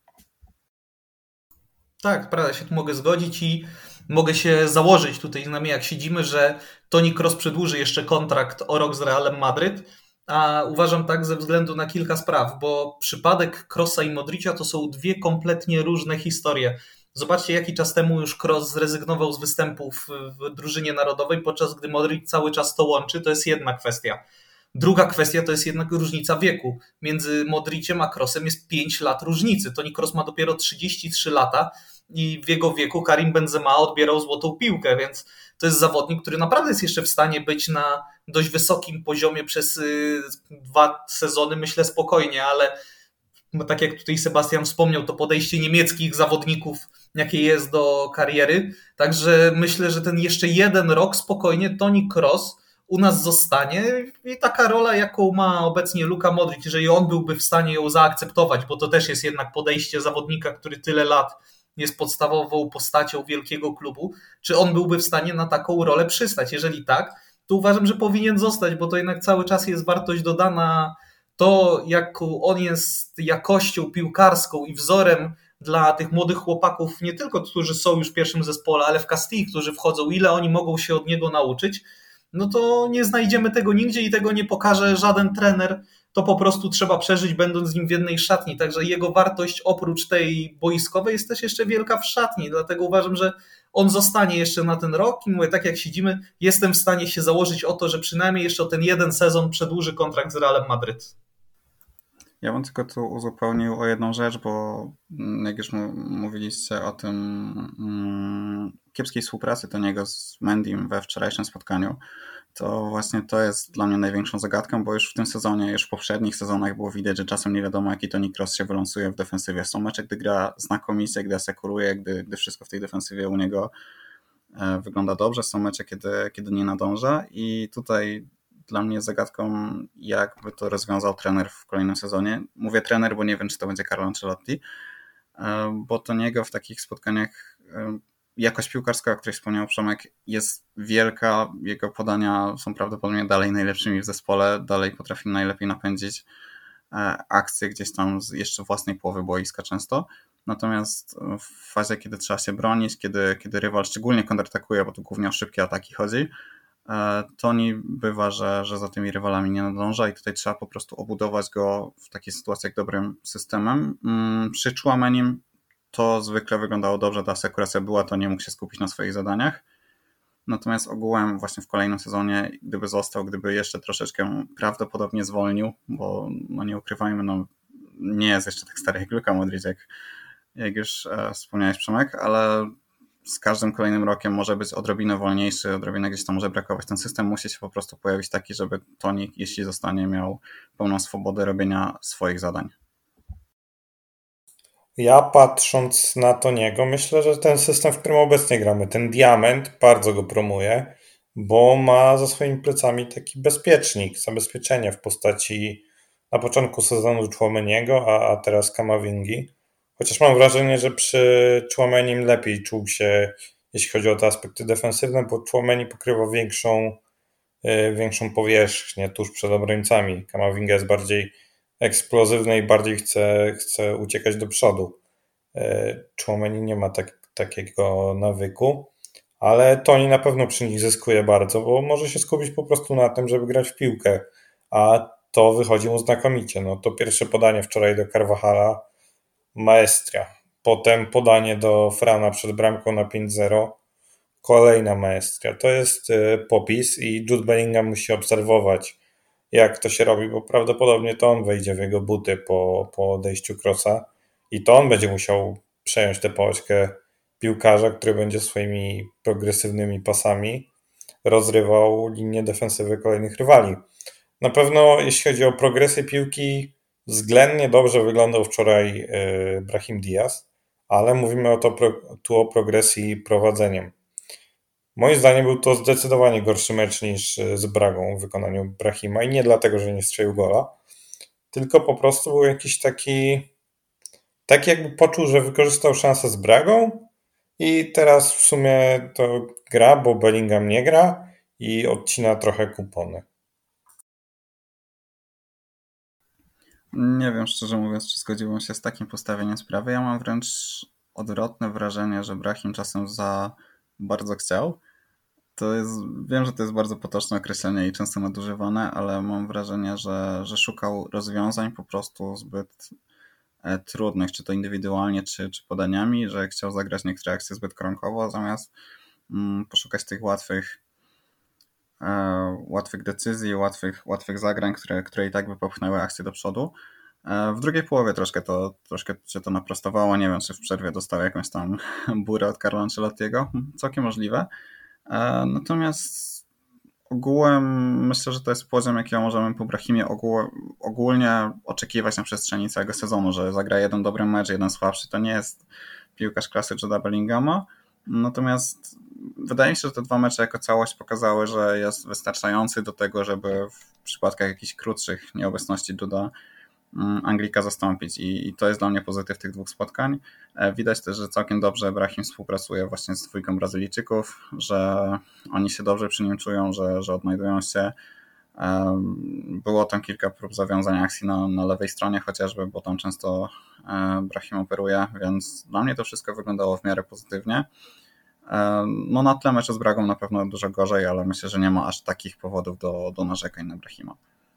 Tak, prawda, się tu mogę zgodzić i mogę się założyć tutaj z nami, jak siedzimy, że Toni Kroos przedłuży jeszcze kontrakt o rok z Realem Madryt, a uważam tak ze względu na kilka spraw, bo przypadek Kroosa i Modricia to są dwie kompletnie różne historie. Zobaczcie, jaki czas temu już Kroos zrezygnował z występów w drużynie narodowej, podczas gdy Modric cały czas to łączy, to jest jedna kwestia. Druga kwestia to jest jednak różnica wieku. Między Modriciem a Kroosem jest 5 lat różnicy. Toni Kroos ma dopiero 33 lata i w jego wieku Karim Benzema odbierał złotą piłkę, więc to jest zawodnik, który naprawdę jest jeszcze w stanie być na dość wysokim poziomie przez 2 sezony, myślę spokojnie, ale tak jak tutaj Sebastian wspomniał, to podejście niemieckich zawodników, jakie jest do kariery. Także myślę, że ten jeszcze 1 rok spokojnie Toni Kroos u nas zostanie i taka rola, jaką ma obecnie Luka Modric, jeżeli on byłby w stanie ją zaakceptować, bo to też jest jednak podejście zawodnika, który tyle lat jest podstawową postacią wielkiego klubu, czy on byłby w stanie na taką rolę przystać? Jeżeli tak, to uważam, że powinien zostać, bo to jednak cały czas jest wartość dodana. To, jaką on jest jakością piłkarską i wzorem dla tych młodych chłopaków, nie tylko którzy są już w pierwszym zespole, ale w Castilla, którzy wchodzą, ile oni mogą się od niego nauczyć, no to nie znajdziemy tego nigdzie i tego nie pokaże żaden trener. To po prostu trzeba przeżyć, będąc z nim w jednej szatni. Także jego wartość oprócz tej boiskowej jest też jeszcze wielka w szatni. Dlatego uważam, że on zostanie jeszcze na ten rok i mówię, tak jak siedzimy, jestem w stanie się założyć o to, że przynajmniej jeszcze o ten 1 sezon przedłuży kontrakt z Realem Madryt. Ja bym tylko tu uzupełnił o jedną rzecz, bo jak już mówiliście o tym kiepskiej współpracy Toniego z Mendym we wczorajszym spotkaniu, to właśnie to jest dla mnie największą zagadką, bo już w tym sezonie, już w poprzednich sezonach było widać, że czasem nie wiadomo, jaki Toni Kroos się wyląsuje w defensywie. Są mecze, gdy gra znakomicie, gdy asekuruje, gdy wszystko w tej defensywie u niego wygląda dobrze. Są mecze, kiedy nie nadąża i tutaj dla mnie zagadką, jakby to rozwiązał trener w kolejnym sezonie. Mówię trener, bo nie wiem, czy to będzie Carlo Ancelotti, bo Toniego w takich spotkaniach jakość piłkarska, o której wspomniał Przemek, jest wielka. Jego podania są prawdopodobnie dalej najlepszymi w zespole, dalej potrafi najlepiej napędzić akcje gdzieś tam z jeszcze własnej połowy boiska często. Natomiast w fazie, kiedy trzeba się bronić, kiedy rywal szczególnie kontratakuje, bo tu głównie o szybkie ataki chodzi, Toni bywa, że za tymi rywalami nie nadąża i tutaj trzeba po prostu obudować go w takiej sytuacji jak dobrym systemem. Przy Tchouaménim to zwykle wyglądało dobrze, ta asekuracja była, to nie mógł się skupić na swoich zadaniach. Natomiast ogółem właśnie w kolejnym sezonie, gdyby został, gdyby jeszcze troszeczkę prawdopodobnie zwolnił, bo no nie ukrywajmy, no nie jest jeszcze tak stary jak Luka Modric, jak już wspomniałeś Przemek, ale z każdym kolejnym rokiem może być odrobinę wolniejszy, odrobinę gdzieś tam może brakować. Ten system musi się po prostu pojawić taki, żeby Toni, jeśli zostanie, miał pełną swobodę robienia swoich zadań. Ja patrząc na Toniego, myślę, że ten system, w którym obecnie gramy, ten diament, bardzo go promuje, bo ma za swoimi plecami taki bezpiecznik, zabezpieczenie w postaci na początku sezonu Tchouaméniego, a teraz Kamavingi. Chociaż mam wrażenie, że przy Tchouaménim lepiej czuł się, jeśli chodzi o te aspekty defensywne, bo Tchouaméni pokrywa większą powierzchnię tuż przed obrońcami. Kamavinga jest bardziej eksplozywny i bardziej chce uciekać do przodu. Tchouaméni nie ma takiego nawyku, ale Toni na pewno przy nich zyskuje bardzo, bo może się skupić po prostu na tym, żeby grać w piłkę, a to wychodzi mu znakomicie. No to pierwsze podanie wczoraj do Carvajala, maestria. Potem podanie do Frana przed bramką na 5-0, kolejna maestria. To jest popis i Jude Bellingham musi obserwować jak to się robi, bo prawdopodobnie to on wejdzie w jego buty po odejściu Krosa i to on będzie musiał przejąć tę pałeczkę piłkarza, który będzie swoimi progresywnymi pasami rozrywał linię defensywy kolejnych rywali. Na pewno jeśli chodzi o progresję piłki, względnie dobrze wyglądał wczoraj Brahim Diaz, ale mówimy tu o progresji prowadzeniem. Moim zdaniem był to zdecydowanie gorszy mecz niż z Bragą w wykonaniu Brahima i nie dlatego, że nie strzelił gola, tylko po prostu był jakiś taki jakby poczuł, że wykorzystał szansę z Bragą i teraz w sumie to gra, bo Bellingham nie gra i odcina trochę kupony. Nie wiem, szczerze mówiąc, czy zgodziłbym się z takim postawieniem sprawy. Ja mam wręcz odwrotne wrażenie, że Brahim czasem za bardzo chciał. Wiem, że to jest bardzo potoczne określenie i często nadużywane, ale mam wrażenie, że szukał rozwiązań po prostu zbyt trudnych, czy to indywidualnie, czy podaniami, że chciał zagrać niektóre akcje zbyt kronkowo, zamiast poszukać tych łatwych decyzji, łatwych zagrań, które i tak by popchnęły akcję do przodu. W drugiej połowie troszkę się to naprostowało. Nie wiem, czy w przerwie dostał jakąś tam burę od Carlo Ancelottiego. Całkiem możliwe. Natomiast ogółem myślę, że to jest poziom, jakiego możemy po Brahimie ogólnie oczekiwać na przestrzeni całego sezonu, że zagra jeden dobry mecz, jeden słabszy. To nie jest piłkarz klasy Jude'a Bellingama. Natomiast wydaje mi się, że te dwa mecze jako całość pokazały, że jest wystarczający do tego, żeby w przypadkach jakichś krótszych nieobecności Duda Anglika zastąpić i to jest dla mnie pozytyw tych dwóch spotkań. Widać też, że całkiem dobrze Brahim współpracuje właśnie z dwójką Brazylijczyków, że oni się dobrze przy nim czują, że odnajdują się. Było tam kilka prób zawiązania akcji na lewej stronie chociażby, bo tam często Brahim operuje, więc dla mnie to wszystko wyglądało w miarę pozytywnie. No na tle meczu z Bragą na pewno dużo gorzej, ale myślę, że nie ma aż takich powodów do narzekań na Brahima.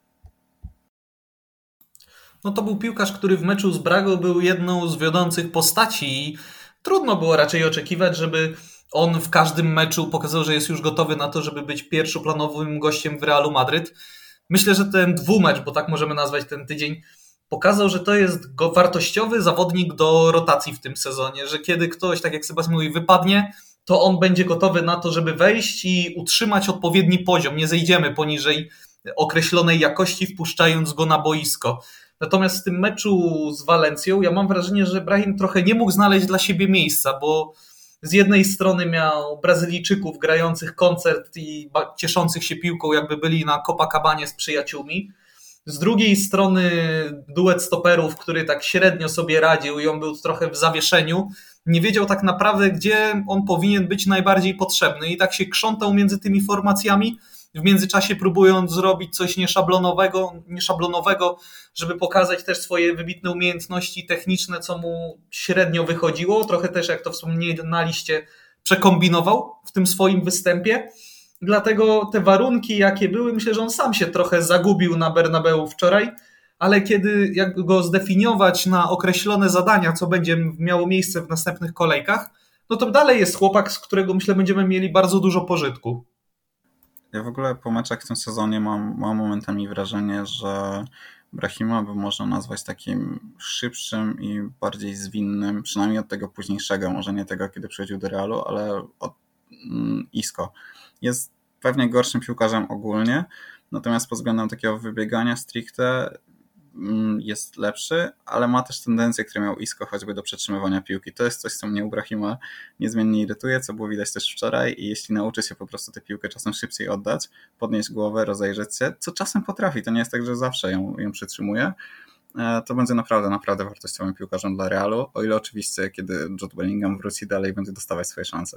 No to był piłkarz, który w meczu z Bragą był jedną z wiodących postaci i trudno było raczej oczekiwać, żeby on w każdym meczu pokazał, że jest już gotowy na to, żeby być pierwszoplanowym gościem w Realu Madryt. Myślę, że ten dwumecz, bo tak możemy nazwać ten tydzień, pokazał, że to jest wartościowy zawodnik do rotacji w tym sezonie, że kiedy ktoś, tak jak Sebastian mówi, wypadnie, to on będzie gotowy na to, żeby wejść i utrzymać odpowiedni poziom. Nie zejdziemy poniżej określonej jakości, wpuszczając go na boisko. Natomiast w tym meczu z Walencją ja mam wrażenie, że Brahim trochę nie mógł znaleźć dla siebie miejsca, bo z jednej strony miał Brazylijczyków grających koncert i cieszących się piłką, jakby byli na Copacabanie z przyjaciółmi. Z drugiej strony duet stoperów, który tak średnio sobie radził i on był trochę w zawieszeniu. Nie wiedział tak naprawdę, gdzie on powinien być najbardziej potrzebny i tak się krzątał między tymi formacjami, w międzyczasie próbując zrobić coś nieszablonowego, żeby pokazać też swoje wybitne umiejętności techniczne, co mu średnio wychodziło. Trochę też, jak to wspomnieliście, przekombinował w tym swoim występie. Dlatego te warunki, jakie były, myślę, że on sam się trochę zagubił na Bernabeu wczoraj, ale kiedy jakby go zdefiniować na określone zadania, co będzie miało miejsce w następnych kolejkach, no to dalej jest chłopak, z którego myślę będziemy mieli bardzo dużo pożytku. Ja w ogóle po meczach w tym sezonie mam momentami wrażenie, że Brahima by można nazwać takim szybszym i bardziej zwinnym, przynajmniej od tego późniejszego, może nie tego, kiedy przychodził do Realu, ale od Isco. Jest pewnie gorszym piłkarzem ogólnie, natomiast pod względem takiego wybiegania stricte jest lepszy, ale ma też tendencje, które miał Isco choćby do przetrzymywania piłki. To jest coś, co mnie u Brahima niezmiennie irytuje, co było widać też wczoraj i jeśli nauczy się po prostu tę piłkę czasem szybciej oddać, podnieść głowę, rozejrzeć się, co czasem potrafi, to nie jest tak, że zawsze ją przytrzymuje, to będzie naprawdę wartościowym piłkarzem dla Realu, o ile oczywiście, kiedy Jude Bellingham wróci dalej, będzie dostawać swoje szanse.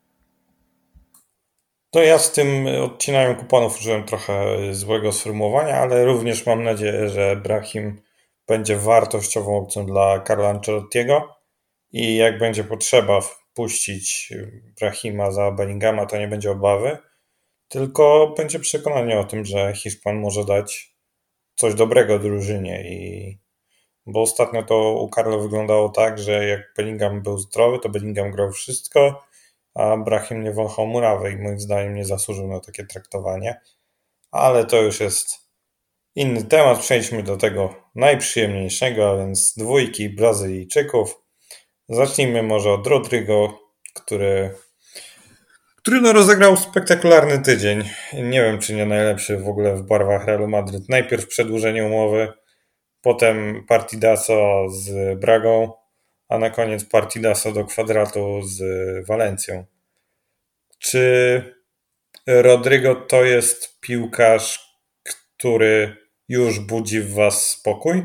To ja z tym odcinaniem kuponów użyłem trochę złego sformułowania, ale również mam nadzieję, że Brahim będzie wartościową opcją dla Carlo Ancelottiego i jak będzie potrzeba wpuścić Brahima za Bellingama, to nie będzie obawy, tylko będzie przekonanie o tym, że Hiszpan może dać coś dobrego drużynie. Bo ostatnio to u Carlo wyglądało tak, że jak Bellingham był zdrowy, to Bellingham grał wszystko, a Brahim nie wąchał murawy i moim zdaniem nie zasłużył na takie traktowanie. Ale to już jest inny temat. Przejdźmy do tego najprzyjemniejszego, a więc dwójki Brazylijczyków. Zacznijmy może od Rodrygo, który rozegrał spektakularny tydzień. Nie wiem, czy nie najlepszy w ogóle w barwach Realu Madryt. Najpierw przedłużenie umowy, potem partidaso z Bragą, a na koniec partidaso do kwadratu z Walencją. Czy Rodrygo to jest piłkarz, który już budzi w was spokój?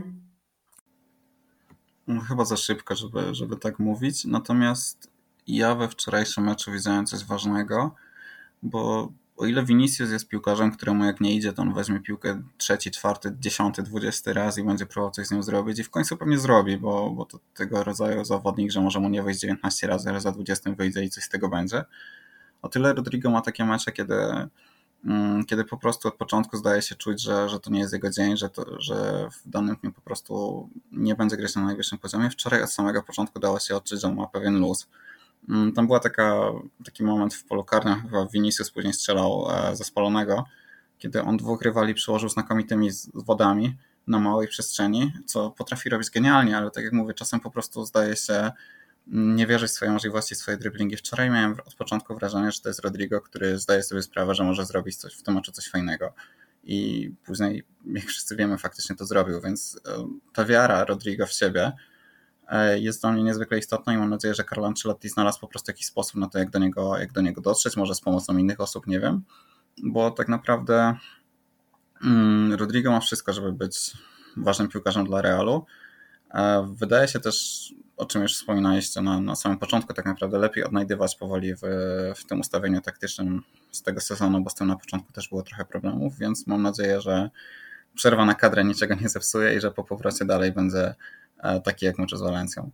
Chyba za szybko, żeby tak mówić. Natomiast ja we wczorajszym meczu widziałem coś ważnego, bo o ile Vinicius jest piłkarzem, któremu jak nie idzie, to on weźmie piłkę 3., 4., 10., 20 raz i będzie próbował coś z nią zrobić i w końcu pewnie zrobi, bo to tego rodzaju zawodnik, że może mu nie wejść 19 razy, ale za 20 wyjdzie i coś z tego będzie. O tyle Rodrygo ma takie mecze, kiedy po prostu od początku zdaje się czuć, że to nie jest jego dzień, że w danym dniu po prostu nie będzie grać na najwyższym poziomie. Wczoraj od samego początku dało się odczuć, że on ma pewien luz. Tam była taki moment w polu karnym, chyba Vinicius później strzelał ze spalonego, kiedy on 2 rywali przyłożył znakomitymi wodami na małej przestrzeni, co potrafi robić genialnie, ale tak jak mówię, czasem po prostu zdaje się nie wierzyć w swoje możliwości, swoje driblingi. Wczoraj miałem od początku wrażenie, że to jest Rodrygo, który zdaje sobie sprawę, że może zrobić coś w tym meczu, coś fajnego. I później, jak wszyscy wiemy, faktycznie to zrobił, więc ta wiara Rodrygo w siebie jest dla mnie niezwykle istotna i mam nadzieję, że Carlo Ancelotti znalazł po prostu jakiś sposób na to, jak do niego dotrzeć, może z pomocą innych osób, nie wiem, bo tak naprawdę Rodrygo ma wszystko, żeby być ważnym piłkarzem dla Realu. Wydaje się też, o czym już wspominaliście na samym początku, tak naprawdę lepiej odnajdywać powoli w tym ustawieniu taktycznym z tego sezonu, bo z tym na początku też było trochę problemów, więc mam nadzieję, że przerwa na kadrę niczego nie zepsuje i że po powrocie dalej będzie taki jak mecz z Walencją.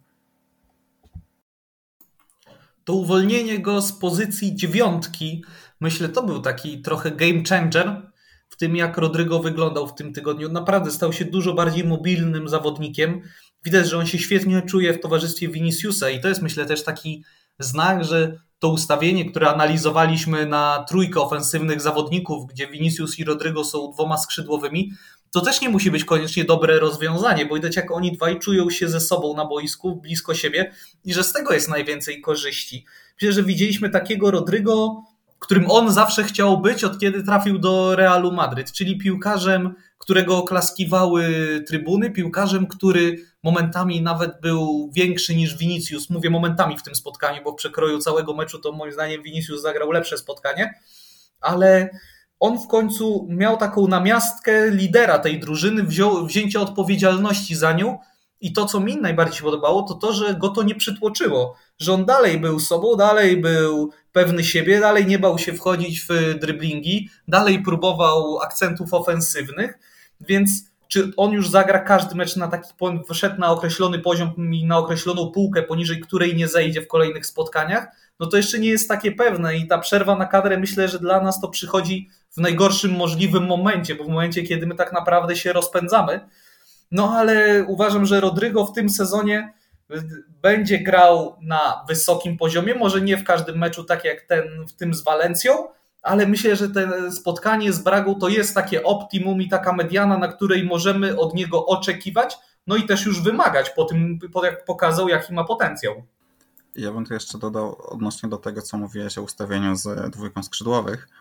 To uwolnienie go z pozycji 9, myślę, to był taki trochę game changer w tym, jak Rodrygo wyglądał w tym tygodniu. Naprawdę stał się dużo bardziej mobilnym zawodnikiem. Widać, że on się świetnie czuje w towarzystwie Viniciusa i to jest, myślę, też taki znak, że to ustawienie, które analizowaliśmy na trójkę ofensywnych zawodników, gdzie Vinicius i Rodrygo są 2 skrzydłowymi, to też nie musi być koniecznie dobre rozwiązanie, bo widać, jak oni dwaj czują się ze sobą na boisku, blisko siebie i że z tego jest najwięcej korzyści. Myślę, że widzieliśmy takiego Rodrygo, którym on zawsze chciał być, od kiedy trafił do Realu Madryt, czyli piłkarzem, którego oklaskiwały trybuny, piłkarzem, który momentami nawet był większy niż Vinicius. Mówię momentami w tym spotkaniu, bo w przekroju całego meczu to moim zdaniem Vinicius zagrał lepsze spotkanie, ale on w końcu miał taką namiastkę lidera tej drużyny, wzięcie odpowiedzialności za nią i to, co mi najbardziej się podobało, to, że go to nie przytłoczyło, że on dalej był sobą, dalej był pewny siebie, dalej nie bał się wchodzić w driblingi, dalej próbował akcentów ofensywnych, więc czy on już zagra każdy mecz na taki, wszedł na określony poziom i na określoną półkę, poniżej której nie zejdzie w kolejnych spotkaniach, no to jeszcze nie jest takie pewne i ta przerwa na kadrę, myślę, że dla nas to przychodzi w najgorszym możliwym momencie, bo w momencie, kiedy my tak naprawdę się rozpędzamy. No ale uważam, że Rodrygo w tym sezonie będzie grał na wysokim poziomie, może nie w każdym meczu tak jak w tym z Walencją, ale myślę, że to spotkanie z Bragą to jest takie optimum i taka mediana, na której możemy od niego oczekiwać, no i też już wymagać po tym, jak pokazał, jaki ma potencjał. Ja bym tu jeszcze dodał odnośnie do tego, co mówiłeś o ustawieniu z 2 skrzydłowych,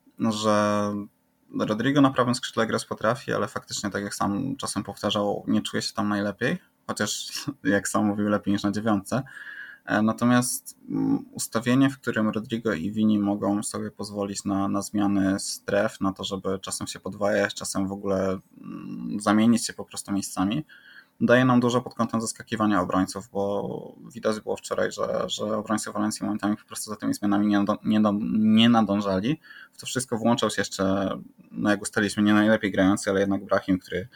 że Rodrygo na prawym skrzydle grać potrafi, ale faktycznie, tak jak sam czasem powtarzał, nie czuje się tam najlepiej, chociaż jak sam mówił, lepiej niż na 9. Natomiast ustawienie, w którym Rodrygo i Vini mogą sobie pozwolić na zmiany stref, na to, żeby czasem się podwajać, czasem w ogóle zamienić się po prostu miejscami, daje nam dużo pod kątem zaskakiwania obrońców, bo widać było wczoraj, że obrońcy Walencji momentami po prostu za tymi zmianami nie nadążali. W to wszystko włączał się jeszcze, no jak ustaliliśmy, nie najlepiej grający, ale jednak Brahim, który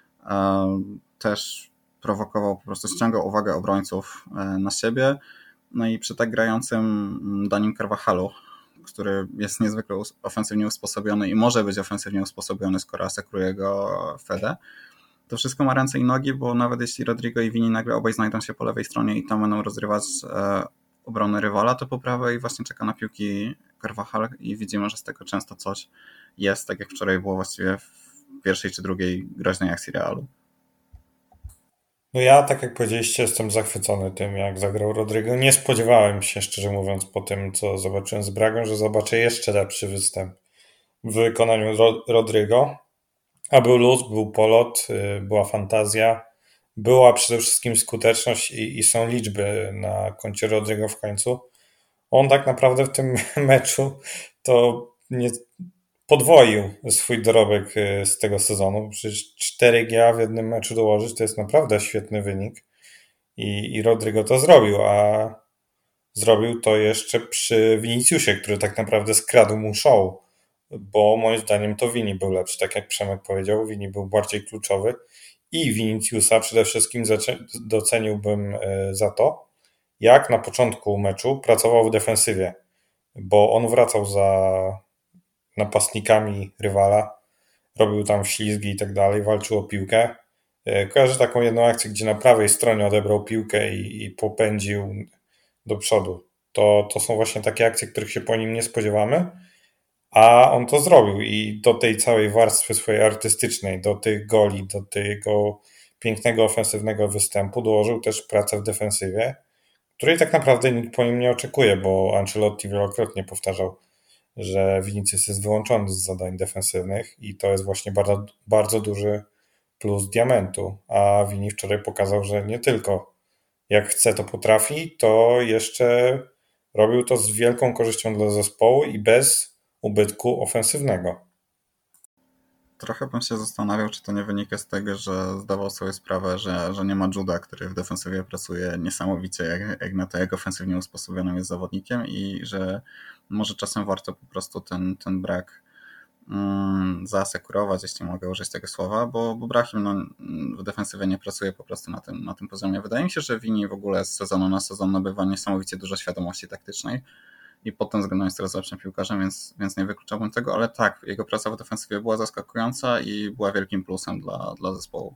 też prowokował, po prostu ściągał uwagę obrońców na siebie. No i przy tak grającym Danim Carvajalu, który jest niezwykle ofensywnie usposobiony i może być ofensywnie usposobiony, skoro asekuruje go Fede, to wszystko ma ręce i nogi, bo nawet jeśli Rodrygo i Vini nagle obaj znajdą się po lewej stronie i tam będą rozrywać obronę rywala, to po prawej właśnie czeka na piłki Carvajal i widzimy, że z tego często coś jest, tak jak wczoraj było właściwie pierwszej czy drugiej groźnej akcji Realu. No ja, tak jak powiedzieliście, jestem zachwycony tym, jak zagrał Rodrygo. Nie spodziewałem się, szczerze mówiąc, po tym, co zobaczyłem z Bragą, że zobaczę jeszcze lepszy występ w wykonaniu Rodrygo. A był luz, był polot, była fantazja, była przede wszystkim skuteczność i są liczby na koncie Rodrygo w końcu. On tak naprawdę w tym meczu to nie podwoił swój dorobek z tego sezonu. Przecież 4G w jednym meczu dołożyć to jest naprawdę świetny wynik. I Rodrygo to zrobił, a zrobił to jeszcze przy Viniciusie, który tak naprawdę skradł mu show, bo moim zdaniem to Vini był lepszy, tak jak Przemek powiedział, Vini był bardziej kluczowy i Viniciusa przede wszystkim doceniłbym za to, jak na początku meczu pracował w defensywie, bo on wracał za napastnikami rywala, robił tam ślizgi i tak dalej, walczył o piłkę. Kojarzę taką jedną akcję, gdzie na prawej stronie odebrał piłkę i popędził do przodu. To są właśnie takie akcje, których się po nim nie spodziewamy, a on to zrobił i do tej całej warstwy swojej artystycznej, do tych goli, do tego pięknego ofensywnego występu dołożył też pracę w defensywie, której tak naprawdę nikt po nim nie oczekuje, bo Ancelotti wielokrotnie powtarzał, że Vinicius jest wyłączony z zadań defensywnych i to jest właśnie bardzo, bardzo duży plus diamentu, a Vini wczoraj pokazał, że nie tylko jak chce to potrafi, to jeszcze robił to z wielką korzyścią dla zespołu i bez ubytku ofensywnego. Trochę bym się zastanawiał, czy to nie wynika z tego, że zdawał sobie sprawę, że nie ma Juda, który w defensywie pracuje niesamowicie, jak na to, jak ofensywnie usposobionym jest zawodnikiem i że może czasem warto po prostu ten brak zaasekurować, jeśli mogę użyć tego słowa, bo Brahim w defensywie nie pracuje po prostu na tym poziomie. Wydaje mi się, że Vini w ogóle z sezonu na sezon nabywa niesamowicie dużo świadomości taktycznej i pod tym względem jest teraz lepszym piłkarzem, więc nie wykluczałbym tego, ale tak, jego praca w defensywie była zaskakująca i była wielkim plusem dla zespołu.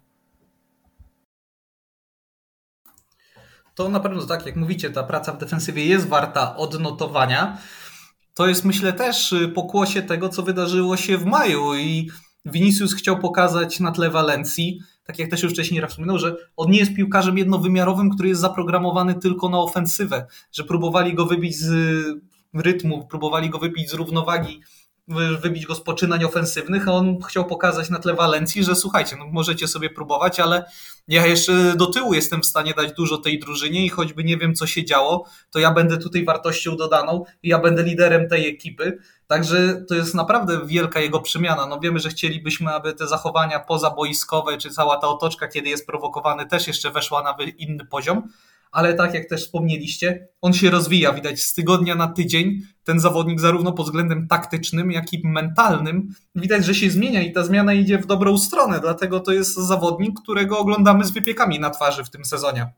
To na pewno tak, jak mówicie, ta praca w defensywie jest warta odnotowania. To jest, myślę, też pokłosie tego, co wydarzyło się w maju i Vinicius chciał pokazać na tle Walencji, tak jak też już wcześniej Raf wspominał, że on nie jest piłkarzem jednowymiarowym, który jest zaprogramowany tylko na ofensywę, że próbowali go wybić z rytmu, próbowali go wybić z równowagi, wybić go z poczynań ofensywnych, a on chciał pokazać na tle Walencji, że słuchajcie, no możecie sobie próbować, ale ja jeszcze do tyłu jestem w stanie dać dużo tej drużynie i choćby nie wiem, co się działo, to ja będę tutaj wartością dodaną i ja będę liderem tej ekipy. Także to jest naprawdę wielka jego przemiana. No wiemy, że chcielibyśmy, aby te zachowania pozaboiskowe, czy cała ta otoczka, kiedy jest prowokowany, też jeszcze weszła na inny poziom, ale tak jak też wspomnieliście, on się rozwija, widać z tygodnia na tydzień, ten zawodnik zarówno pod względem taktycznym, jak i mentalnym, widać, że się zmienia i ta zmiana idzie w dobrą stronę, dlatego to jest zawodnik, którego oglądamy z wypiekami na twarzy w tym sezonie.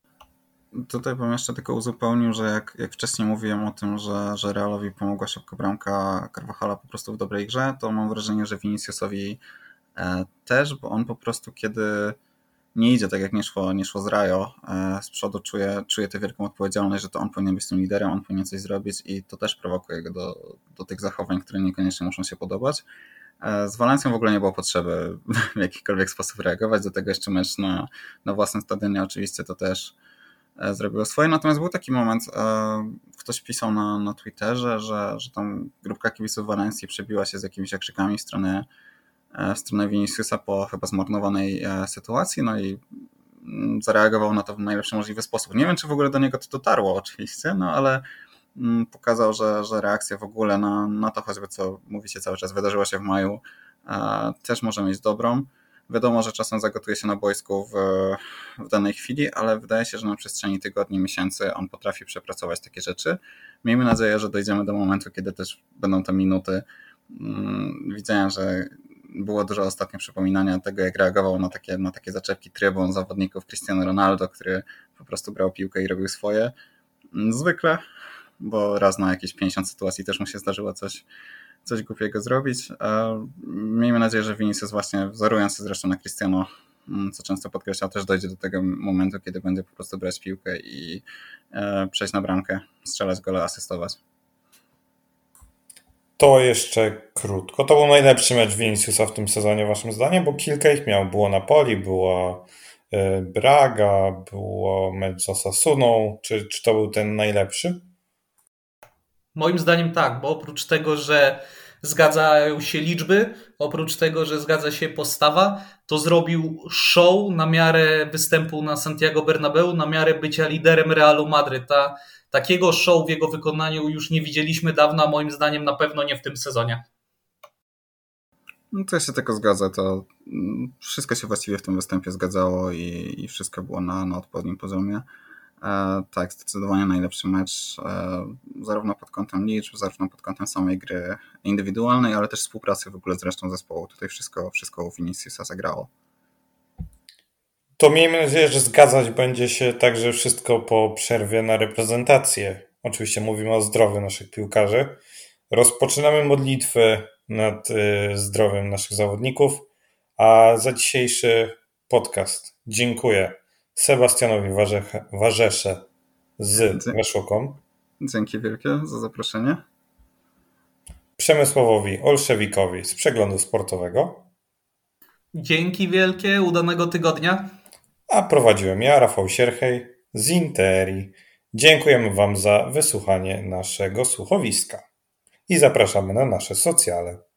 Tutaj bym jeszcze tylko uzupełnił, że jak wcześniej mówiłem o tym, że Realowi pomogła szybko bramka Carvajala po prostu w dobrej grze, to mam wrażenie, że Viniciusowi też, bo on po prostu kiedy nie idzie tak jak nie szło z Rajo, z przodu czuje tę wielką odpowiedzialność, że to on powinien być tym liderem, on powinien coś zrobić i to też prowokuje go do tych zachowań, które niekoniecznie muszą się podobać. Z Walencją w ogóle nie było potrzeby w jakikolwiek sposób reagować, do tego jeszcze mecz na własnym stadionie oczywiście to też zrobiło swoje, natomiast był taki moment, ktoś pisał na Twitterze, że tam grupka kibiców Walencji przebiła się z jakimiś okrzykami w stronę Viniciusa po chyba zmarnowanej sytuacji, no i zareagował na to w najlepszy możliwy sposób. Nie wiem, czy w ogóle do niego to dotarło oczywiście, no ale pokazał, że reakcja w ogóle na to choćby, co mówicie cały czas, wydarzyło się w maju, też może mieć dobrą. Wiadomo, że czasem zagotuje się na boisku w danej chwili, ale wydaje się, że na przestrzeni tygodni, miesięcy on potrafi przepracować takie rzeczy. Miejmy nadzieję, że dojdziemy do momentu, kiedy też będą te minuty. Widziałem, że było dużo ostatnio przypominania tego, jak reagował na takie zaczepki trybun zawodników Cristiano Ronaldo, który po prostu brał piłkę i robił swoje. Zwykle, bo raz na jakieś 50 sytuacji też mu się zdarzyło coś głupiego zrobić. Miejmy nadzieję, że Vinicius właśnie wzorując się zresztą na Cristiano, co często podkreślał, też dojdzie do tego momentu, kiedy będzie po prostu brać piłkę i przejść na bramkę, strzelać gole, asystować. To jeszcze krótko. To był najlepszy mecz Viniciusa w tym sezonie, waszym zdaniem? Bo kilka ich miał. Było Napoli, była Braga, było mecz z Osasuną. Czy to był ten najlepszy? Moim zdaniem tak, bo oprócz tego, że zgadzają się liczby, oprócz tego, że zgadza się postawa, to zrobił show na miarę występu na Santiago Bernabeu, na miarę bycia liderem Realu Madryt. Takiego show w jego wykonaniu już nie widzieliśmy dawno, a moim zdaniem na pewno nie w tym sezonie. No to się tylko zgadza, to wszystko się właściwie w tym występie zgadzało i wszystko było na odpowiednim poziomie. Tak, zdecydowanie najlepszy mecz, zarówno pod kątem liczb, zarówno pod kątem samej gry indywidualnej, ale też współpracy w ogóle z resztą zespołu. Tutaj wszystko u Viniciusa zagrało. To miejmy nadzieję, że zgadzać będzie się także wszystko po przerwie na reprezentację. Oczywiście mówimy o zdrowiu naszych piłkarzy. Rozpoczynamy modlitwę nad zdrowiem naszych zawodników, a za dzisiejszy podcast dziękuję Sebastianowi Warzesze z Weszłokom, Dzięki wielkie za zaproszenie. Przemysławowi Olszewikowi z Przeglądu Sportowego. Dzięki wielkie, udanego tygodnia. A prowadziłem ja, Rafał Sierchej z Interi. Dziękujemy Wam za wysłuchanie naszego słuchowiska i zapraszamy na nasze socjale.